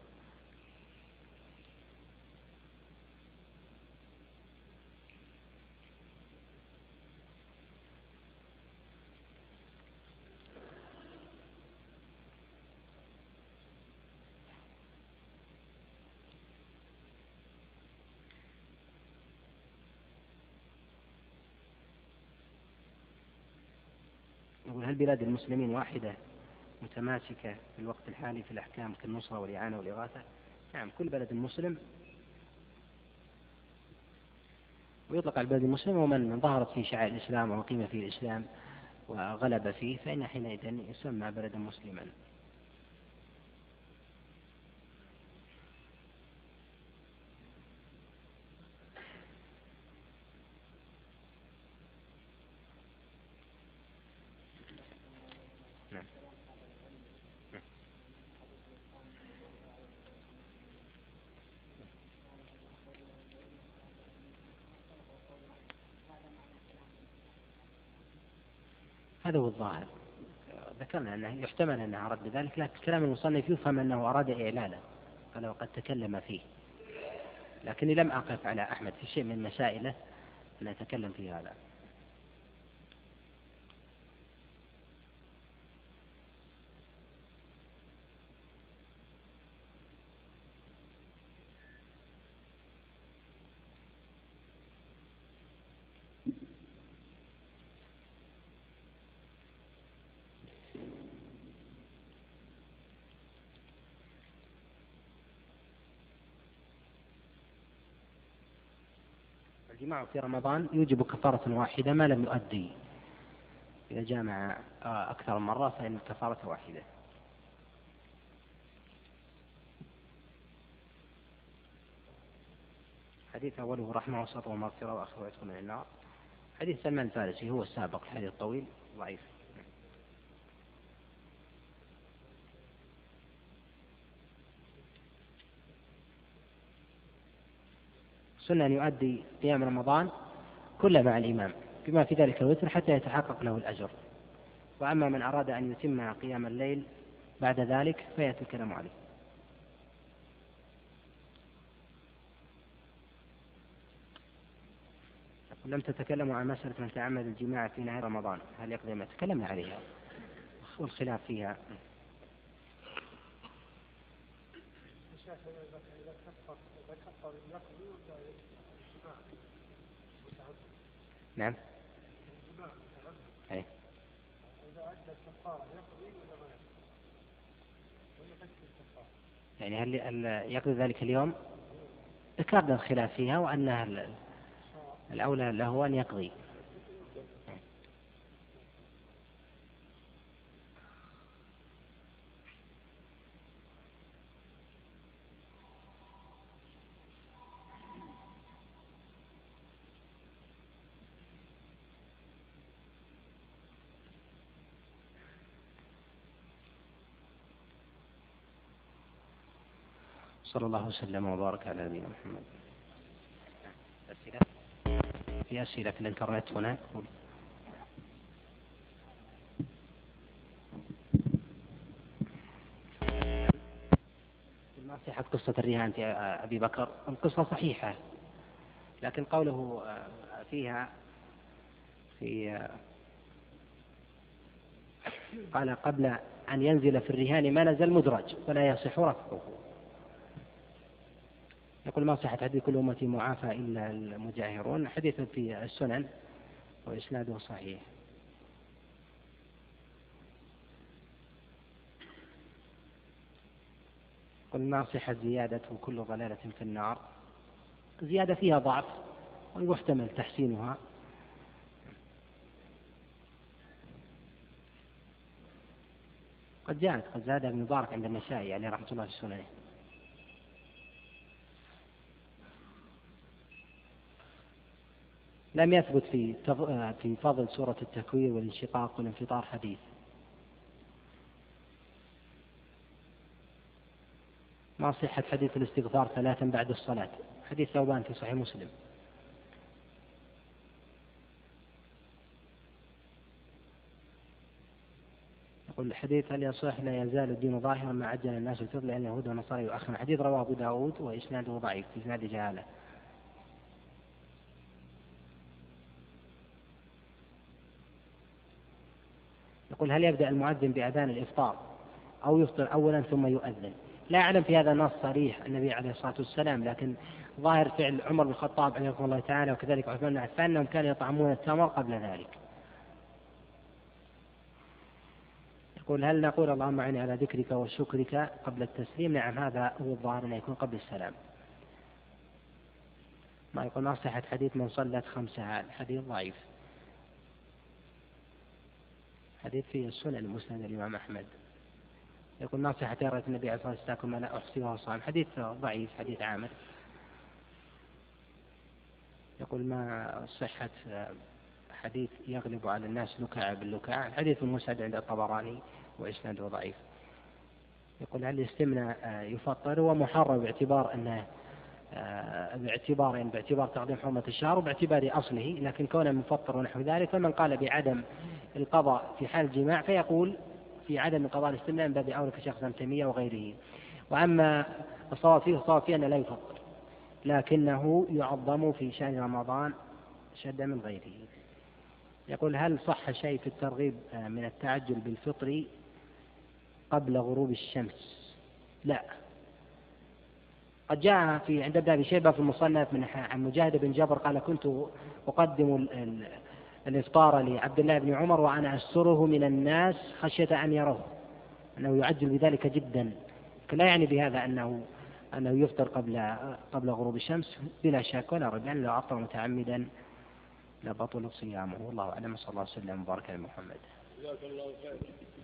يقول: هل بلاد المسلمين واحدة متماسكة في الوقت الحالي في الأحكام كالنصرة والإعانة والإغاثة؟ نعم، كل بلد مسلم، ويطلق على البلد المسلم ومن ظهرت فيه شعائر الإسلام وقيمة فيه الإسلام وغلب فيه، فإن حينئذ يسمى بلدا مسلما. هذا هو الظاهر. ذكرنا أنه يحتمل أنه أراد ذلك، لكن كلام المصنف يفهم أنه أراد إعلانا، فلو قد تكلم فيه، لكني لم أقف على أحمد في شيء من مسائله أن أتكلم في هذا. الجماع في رمضان يوجب كفارة واحدة ما لم يؤدي. إذا جامع أكثر من مرة فإن الكفارة واحدة. حديث أوله رحمة وسطه ومغفرة وآخره عتق من النار. حديث سلمان الفارسي هو السابق، الحديث الطويل ضعيف. سنة أن يؤدي قيام رمضان كل مع الإمام بما في ذلك الوتر حتى يتحقق له الأجر. وأما من أراد أن يتم قيام الليل بعد ذلك فيأتي الكلام عليه. لم تتكلموا عن مسألة من تعمد الجماع في نهار رمضان، هل يقضي ما تكلمنا عليها والخلاف فيها. نعم. أي. يعني هل يقضي ذلك اليوم؟ ذكرنا الخلاف فيها وأنها الأولى له أن يقضي. صلى الله وسلم وبارك على نبينا محمد. أسئلة؟ في أسئلة في الإنترنت هنا. ما صحة قصة الرهان في أبي بكر؟ القصة صحيحة، لكن قوله فيها في قال قبل أن ينزل في الرهان ما نزل مدرج فلا يصح رفعه. يقول: ما صحة حديث كل أمتي معافى إلا المجاهرون؟ حديث في السنن وإسناده صحيح. قل: ما صحة زيادة كل ضلالة في النار؟ زيادة فيها ضعف ويحتمل تحسينها. قد جاءت قد زاد ابن مبارك عند النسائي عليه رحمة الله في سننه. لم يثبت في في فضل سورة التكوير والانشقاق والانفطار حديث. ما صحة حديث الاستغفار ثلاثا بعد الصلاة، حديث ثوبان في صحيح مسلم. يقول الحديث هل يصح لا يزال الدين ظاهرا ما عجل الناس الفضل لأن اليهود والنصارى يؤخرون، حديث رواه أبو داود وإسناده ضعيف في إسناد جهالة. يقول هل يبدأ المؤذن بأذان الإفطار أو يفطر أولا ثم يؤذن؟ لا أعلم في هذا نص صريح النبي عليه الصلاة والسلام، لكن ظاهر فعل عمر بن الخطاب عليه رحمه الله تعالى وكذلك عثمان بن عفان أنهم كانوا يطعمون التمر قبل ذلك. يقول هل نقول اللهم أعني على ذكرك وشكرك قبل التسليم؟ نعم، هذا هو الظاهر أن يكون قبل السلام. ما يقول ما صحة حديث من صلت خمسها، الحديث ضعيف، حديث في السنن المسند الإمام أحمد. يقول ما صحة رأيت النبي عليه الصلاة والسلام ما لا أحصيها صائم، حديث ضعيف، حديث عامر. يقول ما صحة حديث يغلب على الناس لكع باللكع، الحديث المسند عند الطبراني وإسناده ضعيف. يقول هل الاستمناء يفطر؟ هو محرم باعتبار أنه باعتبار يعني باعتبار تقديم حرمة الشهر وباعتبار أصله، لكن كونه مفطر ونحو ذلك. فمن قال بعدم القضاء في حال الجماع فيقول في عدم قضاء الاستمناء من باب أولى كشيخ ابن تيمية وغيره. وأما الصواب فيه الصواب فيه أنه لا يفطر، لكنه يعظم في شهر رمضان شد من غيره. يقول هل صح شيء في الترغيب من التعجل بالفطر قبل غروب الشمس؟ لا. قد جاء في عند ابن أبي شيبة في المصنف من عن مجاهد بن جبر قال كنت أقدم الإفطار لعبد الله بن عمر وأنا أستره من الناس خشية أن يروه، أنه يعجل بذلك جدا. لا يعني بهذا أنه أنه يفطر قبل قبل غروب الشمس بلا شك ولا ريب، لأنه لو أفطر متعمدا لبطل صيامه. والله أعلم، صلى الله عليه وسلم وبارك على محمد.